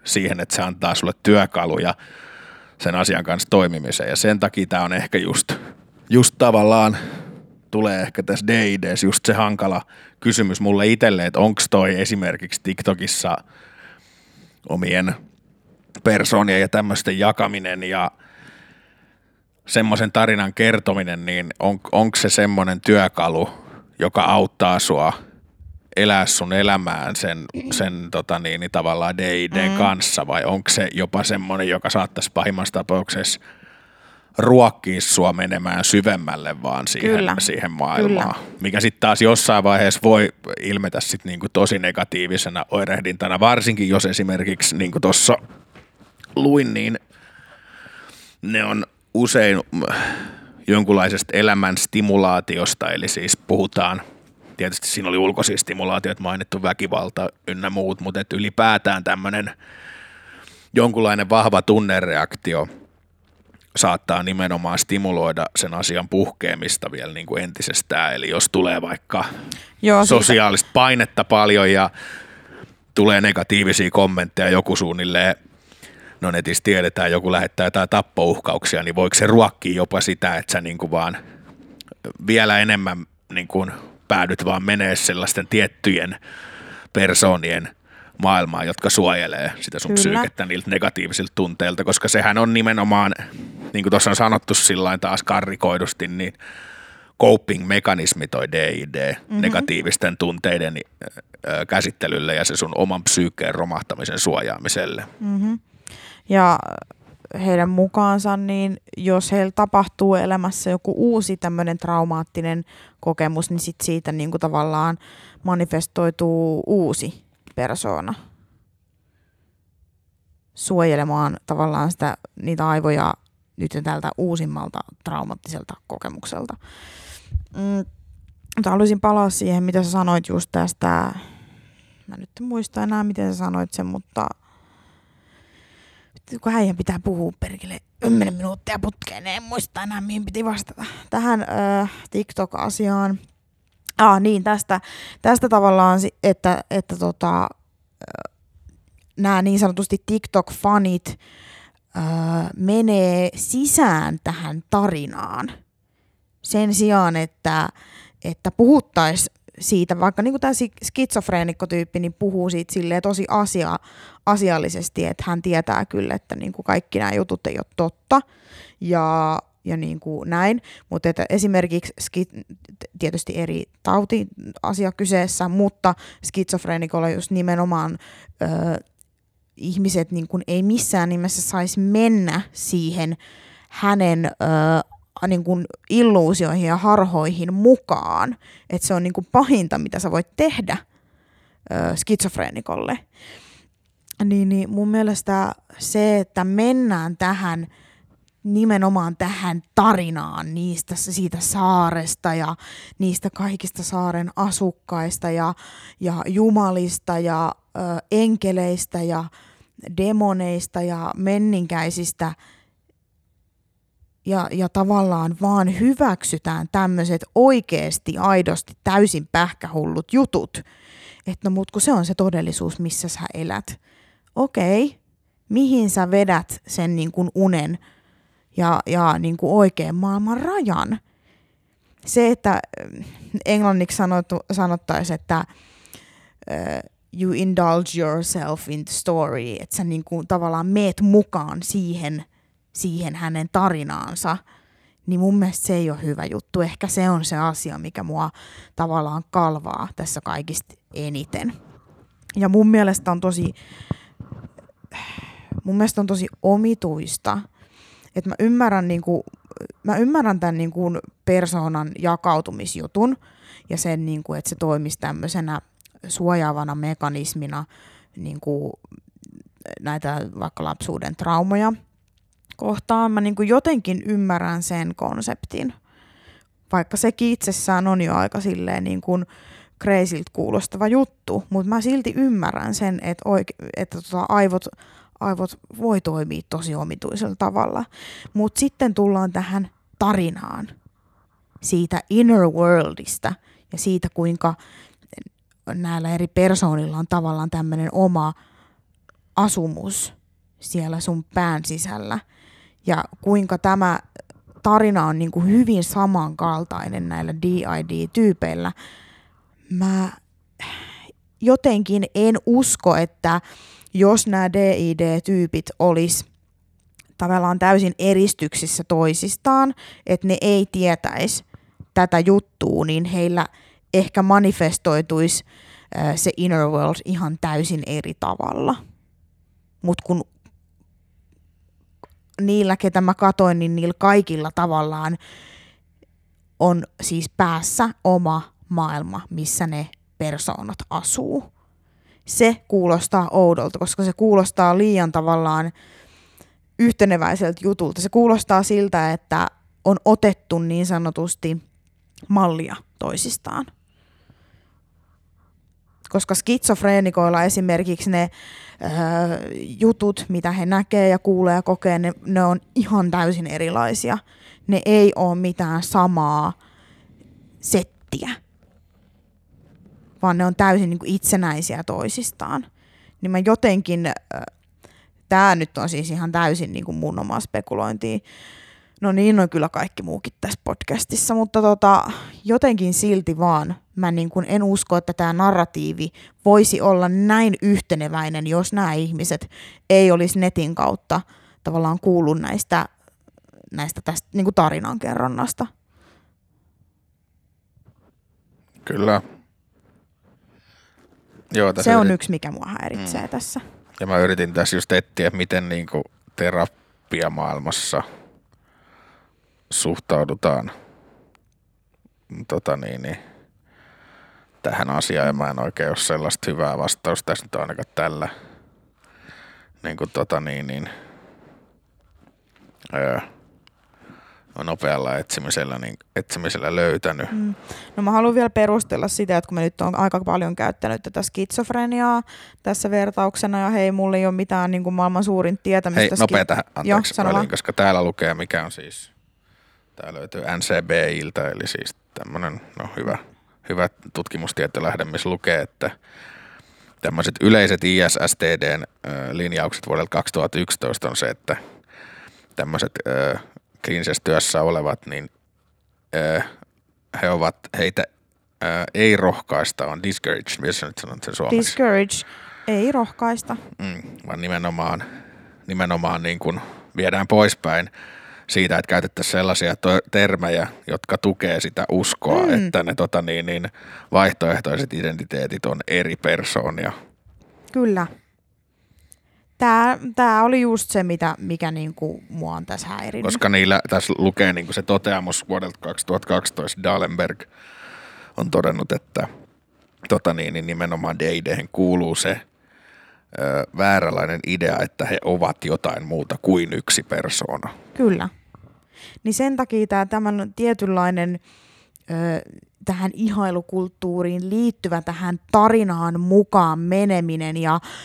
siihen, että se antaa sulle työkaluja sen asian kanssa toimimiseen. Ja sen takia tämä on ehkä just tavallaan, tulee ehkä tässä D&D:ssä just se hankala kysymys mulle itselle, että onko toi esimerkiksi TikTokissa omien persoonien ja tämmöisten jakaminen ja semmoisen tarinan kertominen, niin onko se semmoinen työkalu, joka auttaa sua elää sun elämään sen tavallaan D&D:n kanssa, vai onko se jopa semmoinen, joka saattaisi pahimmassa tapauksessa ruokkii sua menemään syvemmälle vaan siihen maailmaan, mikä sitten taas jossain vaiheessa voi ilmetä sit niinku tosi negatiivisena oirehdintana, varsinkin jos esimerkiksi niinku tuossa luin, niin ne on usein jonkunlaisesta elämän stimulaatiosta, eli siis puhutaan, tietysti siinä oli ulkoisia stimulaatioita mainittu, väkivalta ynnä muut, mutta et ylipäätään tämmöinen jonkunlainen vahva tunnereaktio saattaa nimenomaan stimuloida sen asian puhkeamista vielä niin kuin entisestään. Eli jos tulee vaikka sosiaalista painetta paljon ja tulee negatiivisia kommentteja, joku suunnilleen, no netissä tiedetään, joku lähettää jotain tappouhkauksia, niin voiko se ruokkia jopa sitä, että sä niin kuin vaan vielä enemmän niin kuin päädyt vaan menee sellaisten tiettyjen persoonien maailmaan, jotka suojelee sitä sun psyykettä niiltä negatiivisilta tunteilta, koska sehän on nimenomaan, niin kuin tuossa on sanottu sillain taas karrikoidusti, niin coping-mekanismi toi D&D negatiivisten tunteiden käsittelylle ja se sun oman psyykkeen romahtamisen suojaamiselle. Ja heidän mukaansa, niin jos heillä tapahtuu elämässä joku uusi tämmöinen traumaattinen kokemus, niin sit siitä niin kuin tavallaan manifestoituu uusi persoona suojelemaan tavallaan niitä aivoja nyt tältä uusimmalta traumaattiselta kokemukselta. Mutta haluaisin palaa siihen, mitä sä sanoit just tästä, mä nyt en muista enää, miten sä sanoit sen, mutta kun äijän pitää puhua perkele 10 minuuttia putkeen, niin en muista enää, mihin piti vastata. Tähän TikTok-asiaan. Niin, tästä tavallaan, että nämä niin sanotusti TikTok-fanit menee sisään tähän tarinaan sen sijaan, että puhuttaisiin siitä, vaikka niin kuin tämä skitsofreenikko-tyyppi niin puhuu siitä silleen tosi asiallisesti, että hän tietää kyllä, että niin kuin kaikki nämä jutut ei ole totta ja niin kuin näin, mutta että esimerkiksi tietysti eri tauti-asia kyseessä, mutta skitsofreenikolla just nimenomaan ihmiset niin kuin ei missään nimessä saisi mennä siihen hänen niin kuin illuusioihin ja harhoihin mukaan, että se on niin kuin pahinta, mitä sä voit tehdä skitsofreenikolle. Niin mun mielestä se, että mennään nimenomaan tähän tarinaan siitä saaresta ja niistä kaikista saaren asukkaista ja jumalista ja enkeleistä ja demoneista ja menninkäisistä ja tavallaan vaan hyväksytään tämmöiset oikeasti, aidosti, täysin pähkähullut jutut. Että no mut kun se on se todellisuus, missä sä elät. Okei, mihin sä vedät sen niin kuin unen ja niin kuin oikean maailman rajan? Se, että englanniksi sanottaisiin, että you indulge yourself in the story, että sä niin kuin tavallaan meet mukaan siihen hänen tarinaansa, niin mun mielestä se ei ole hyvä juttu. Ehkä se on se asia, mikä mua tavallaan kalvaa tässä kaikista eniten. Ja mun mielestä on tosi omituista, että mä ymmärrän tämän niin kuin persoonan jakautumisjutun ja sen, niin kuin, että se toimisi tämmöisenä suojaavana mekanismina niin kuin näitä vaikka lapsuuden traumoja kohtaan. Mä niin kuin jotenkin ymmärrän sen konseptin, vaikka sekin itsessään on jo aika silleen niin kuin crazyltä kuulostava juttu, mutta mä silti ymmärrän sen, että aivot voi toimia tosi omituisella tavalla. Mutta sitten tullaan tähän tarinaan siitä inner worldista ja siitä, kuinka näillä eri persoonilla on tavallaan tämmöinen oma asumus siellä sun pään sisällä ja kuinka tämä tarina on niin kuin hyvin samankaltainen näillä DID-tyypeillä. Mä jotenkin en usko, että jos nämä DID-tyypit olisi tavallaan täysin eristyksissä toisistaan, että ne ei tietäisi tätä juttua, niin heillä ehkä manifestoituisi se inner world ihan täysin eri tavalla. Mutta kun niillä, ketä mä katoin, niin niillä kaikilla tavallaan on siis päässä oma maailma, missä ne persoonat asuu. Se kuulostaa oudolta, koska se kuulostaa liian tavallaan yhteneväiseltä jutulta. Se kuulostaa siltä, että on otettu niin sanotusti mallia toisistaan. Koska skitsofreenikoilla esimerkiksi ne jutut, mitä he näkee ja kuulee ja kokee, ne on ihan täysin erilaisia. Ne ei ole mitään samaa settiä, vaan ne on täysin niin kuin itsenäisiä toisistaan. Niin mä jotenkin, tää nyt on siis ihan täysin niin kuin mun omaa spekulointia. No niin on kyllä kaikki muukin tässä podcastissa, mutta jotenkin silti vaan mä niin kuin en usko, että tämä narratiivi voisi olla näin yhteneväinen, jos nämä ihmiset ei olisi netin kautta tavallaan kuullut näistä tästä niin kuin tarinankerronnasta. Kyllä. Joo, se on yksi, mikä mua häiritsee tässä. Ja mä yritin tässä just etsiä, miten niin kuin terapiamaailmassa suhtaudutaan tähän asiaan, ja mä en oikein ole sellaista hyvää vastausta tässä nyt ainakaan tällä nopealla etsimisellä löytänyt. No mä haluan vielä perustella sitä, että kun mä nyt on aika paljon käyttänyt tätä skitsofreniaa tässä vertauksena, ja hei, mulla ei ole mitään niin kuin maailman suurin tietämistä. Hei, nopea tähän, anteeksi väliin, koska täällä lukee, mikä on siis, tää löytyy NCBIltä, eli siis tämmönen, hyvä tutkimustietolähde, missä lukee, että tämmöiset yleiset ISSTDn linjaukset vuodelta 2011 on se, että tämmöiset kliinisessä työssä olevat, niin heitä ei rohkaista, on discouraged, missä nyt sanon sen suomeksi. Discourage, ei rohkaista. Vaan nimenomaan niin kuin viedään poispäin siitä, että käytettäisiin sellaisia termejä, jotka tukee sitä uskoa, että ne vaihtoehtoiset identiteetit on eri persoonia. Kyllä. Tää oli just se, mikä niinku mua on tässä häirinyt. Koska niillä tässä lukee niinku se toteamus vuodelta 2012, Dallenberg on todennut, että nimenomaan DID:hen kuuluu se vääränlainen idea, että he ovat jotain muuta kuin yksi persoona. Kyllä. Niin sen takia tämän tietynlainen tähän ihailukulttuuriin liittyvä tähän tarinaan mukaan meneminen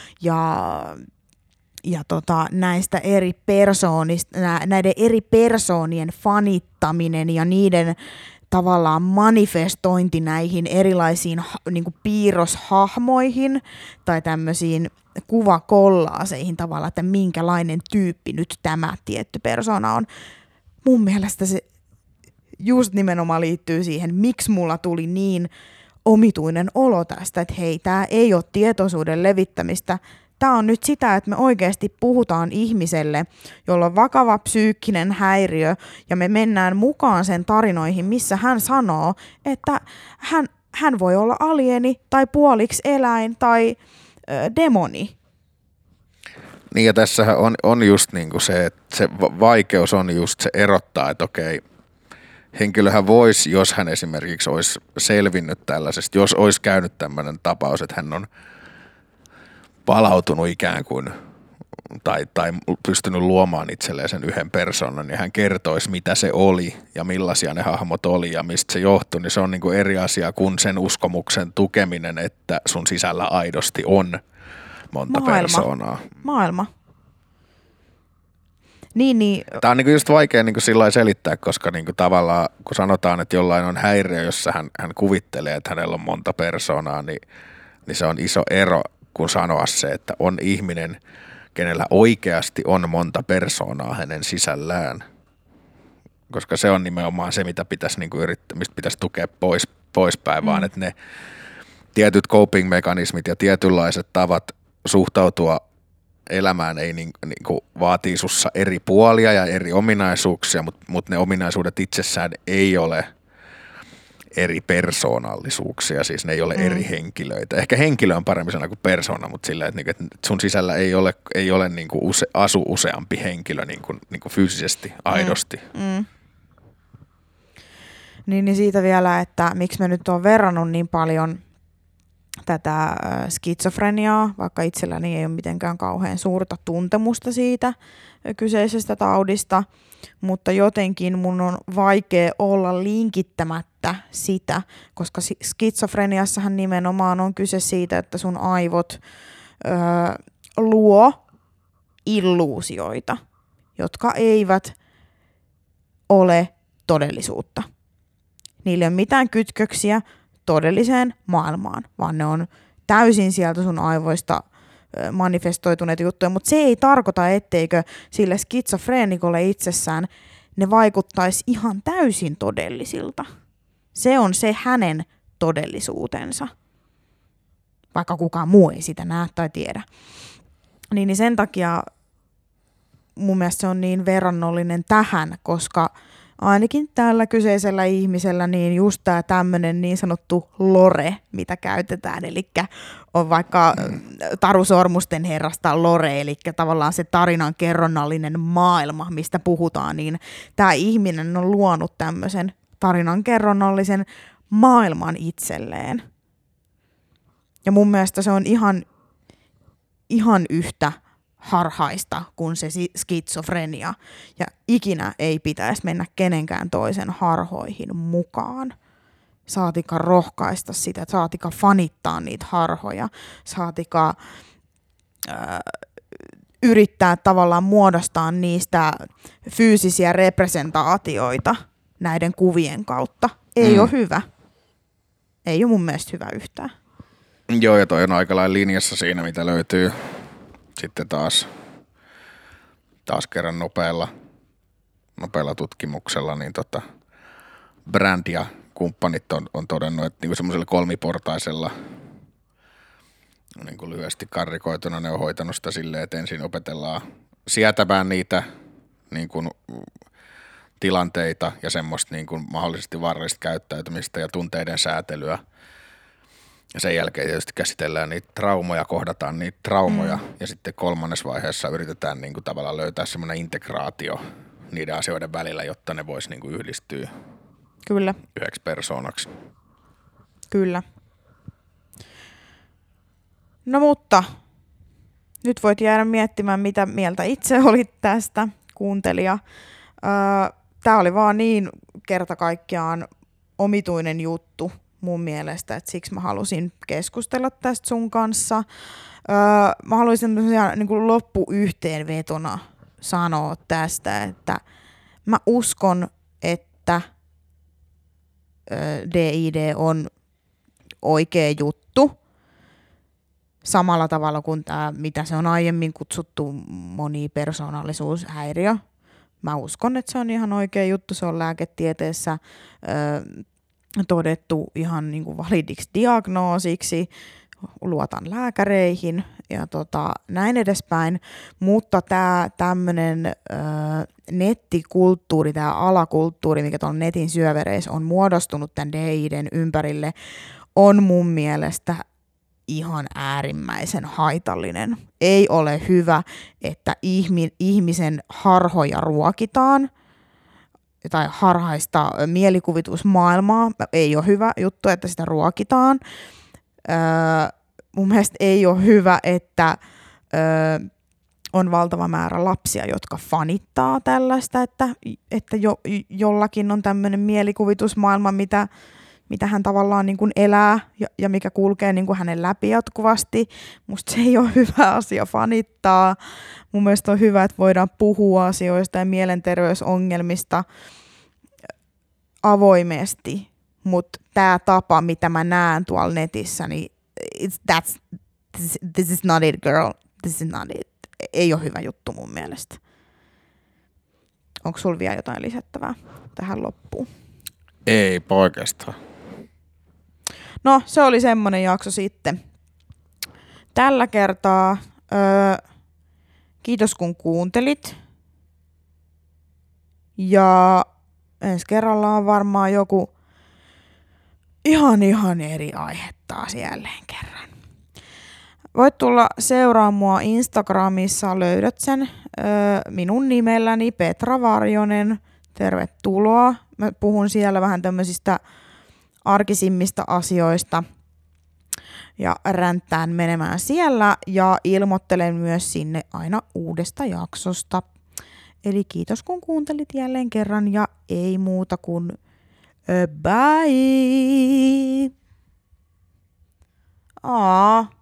ja näistä eri persoonista, näiden eri persoonien fanittaminen ja niiden tavallaan manifestointi näihin erilaisiin niin kuin piirroshahmoihin tai tämmöisiin kuvakollaaseihin tavallaan, että minkälainen tyyppi nyt tämä tietty persoona on. Mun mielestä se just nimenomaan liittyy siihen, miksi mulla tuli niin omituinen olo tästä, että hei, tää ei ole tietoisuuden levittämistä. Tämä on nyt sitä, että me oikeasti puhutaan ihmiselle, jolla on vakava psyykkinen häiriö, ja me mennään mukaan sen tarinoihin, missä hän sanoo, että hän voi olla alieni tai puoliksi eläin tai demoni. Niin, ja tässähän on just niinku se, että se vaikeus on just se erottaa, että okei, henkilöhän voisi, jos hän esimerkiksi olisi selvinnyt tällaisesta, jos olisi käynyt tämmöinen tapaus, että hän on palautunut ikään kuin tai pystynyt luomaan itselleen sen yhden persoonan, niin hän kertoisi, mitä se oli ja millaisia ne hahmot oli ja mistä se johtui, niin se on niin kuin eri asia kuin sen uskomuksen tukeminen, että sun sisällä aidosti on monta persoonaa. Maailma. Niin. Tämä on niin kuin just vaikea niin kuin sillä selittää, koska niin kuin tavallaan kun sanotaan, että jollain on häiriö, jossa hän kuvittelee, että hänellä on monta persoonaa, niin se on iso ero kuin sanoa se, että on ihminen, kenellä oikeasti on monta persoonaa hänen sisällään. Koska se on nimenomaan se, mitä pitäisi niin kuin mistä pitäisi tukea poispäin, vaan että ne tietyt coping-mekanismit ja tietynlaiset tavat suhtautua elämään ei niin kuin vaatii sussa eri puolia ja eri ominaisuuksia, mutta ne ominaisuudet itsessään ei ole eri persoonallisuuksia, siis ne ei ole eri henkilöitä. Ehkä henkilö on paremmin sana kuin persoona, mutta sillä, että sun sisällä ei ole niin kuin asu useampi henkilö niin kuin fyysisesti, aidosti. Niin siitä vielä, että miksi mä nyt oon verrannut niin paljon tätä skitsofreniaa, vaikka itselläni ei ole mitenkään kauhean suurta tuntemusta siitä kyseisestä taudista, mutta jotenkin mun on vaikea olla linkittämättä sitä, koska skitsofreniassahan nimenomaan on kyse siitä, että sun aivot luo illuusioita, jotka eivät ole todellisuutta. Niillä ei ole mitään kytköksiä todelliseen maailmaan, vaan ne on täysin sieltä sun aivoista manifestoituneita juttuja, mutta se ei tarkoita, etteikö sille skitsofreenikolle itsessään ne vaikuttaisi ihan täysin todellisilta. Se on se hänen todellisuutensa, vaikka kukaan muu ei sitä näe tai tiedä. Niin sen takia mun mielestä se on niin verrannollinen tähän, koska ainakin tällä kyseisellä ihmisellä niin just tämä tämmöinen niin sanottu lore, mitä käytetään, eli on vaikka Taru Sormusten herrasta lore, eli tavallaan se tarinan kerronnallinen maailma, mistä puhutaan, niin tämä ihminen on luonut tämmöisen tarinan kerronnallisen maailman itselleen. Ja mun mielestä se on ihan yhtä harhaista kuin se skitsofrenia. Ja ikinä ei pitäisi mennä kenenkään toisen harhoihin mukaan. Saatika rohkaista sitä, saatika fanittaa niitä harhoja, saatika yrittää tavallaan muodostaa niistä fyysisiä representaatioita näiden kuvien kautta. Ei ole hyvä. Ei ole mun mielestä hyvä yhtään. Joo, ja toi on aika lailla linjassa siinä, mitä löytyy sitten taas kerran nopealla tutkimuksella, niin Brand ja kumppanit on todennut, että niin semmoisella kolmiportaisella, niin kuin lyhyesti karrikoituna, ne on hoitanut sitä silleen, että ensin opetellaan sietämään niitä niin kuin tilanteita ja semmoista niin kuin mahdollisesti vaarallista käyttäytymistä ja tunteiden säätelyä. Ja sen jälkeen tietysti käsitellään niitä traumoja, kohdataan niitä traumoja ja sitten kolmannes vaiheessa yritetään niin kuin tavallaan löytää semmoinen integraatio niiden asioiden välillä, jotta ne vois niin kuin yhdistyä Kyllä. yhdeksi persoonaksi. Kyllä. No mutta nyt voit jäädä miettimään, mitä mieltä itse olit tästä, kuuntelija. Tämä oli vaan niin kerta kaikkiaan omituinen juttu mun mielestä, että siksi mä halusin keskustella tästä sun kanssa. Mä haluaisin niin kuin loppuyhteenvetona sanoa tästä, että mä uskon, että DID on oikea juttu samalla tavalla kuin tämä, mitä se on aiemmin kutsuttu monipersoonallisuushäiriö. Mä uskon, että se on ihan oikea juttu, se on lääketieteessä todettu ihan niin kuin validiksi diagnoosiksi, luotan lääkäreihin ja näin edespäin, mutta tämä tämmöinen nettikulttuuri, tämä alakulttuuri, mikä tuolla netin syövereissä on muodostunut tämän DIDn ympärille, on mun mielestä ihan äärimmäisen haitallinen. Ei ole hyvä, että ihmisen harhoja ruokitaan, tai harhaista mielikuvitusmaailmaa. Ei ole hyvä juttu, että sitä ruokitaan. Mun mielestä ei ole hyvä, että on valtava määrä lapsia, jotka fanittaa tällaista, että jollakin on tämmöinen mielikuvitusmaailma, mitä hän tavallaan niin kuin elää ja mikä kulkee niin kuin hänen läpi jatkuvasti. Musta se ei ole hyvä asia fanittaa. Mun mielestä on hyvä, että voidaan puhua asioista ja mielenterveysongelmista avoimesti, mutta tämä tapa, mitä mä näen tuolla netissä, niin this is not it, girl. This is not it. Ei ole hyvä juttu mun mielestä. Onko sulla vielä jotain lisättävää tähän loppuun? Ei oikeastaan. No, se oli semmonen jakso sitten. Tällä kertaa kiitos kun kuuntelit. Ja ensi kerralla on varmaan joku ihan eri aihe taas jälleen kerran. Voit tulla seuraamaan mua Instagramissa, löydät sen minun nimelläni Petra Varjonen. Tervetuloa. Mä puhun siellä vähän tämmöisistä arkisimmista asioista ja ränttään menemään siellä ja ilmoittelen myös sinne aina uudesta jaksosta. Eli kiitos kun kuuntelit jälleen kerran ja ei muuta kuin bye!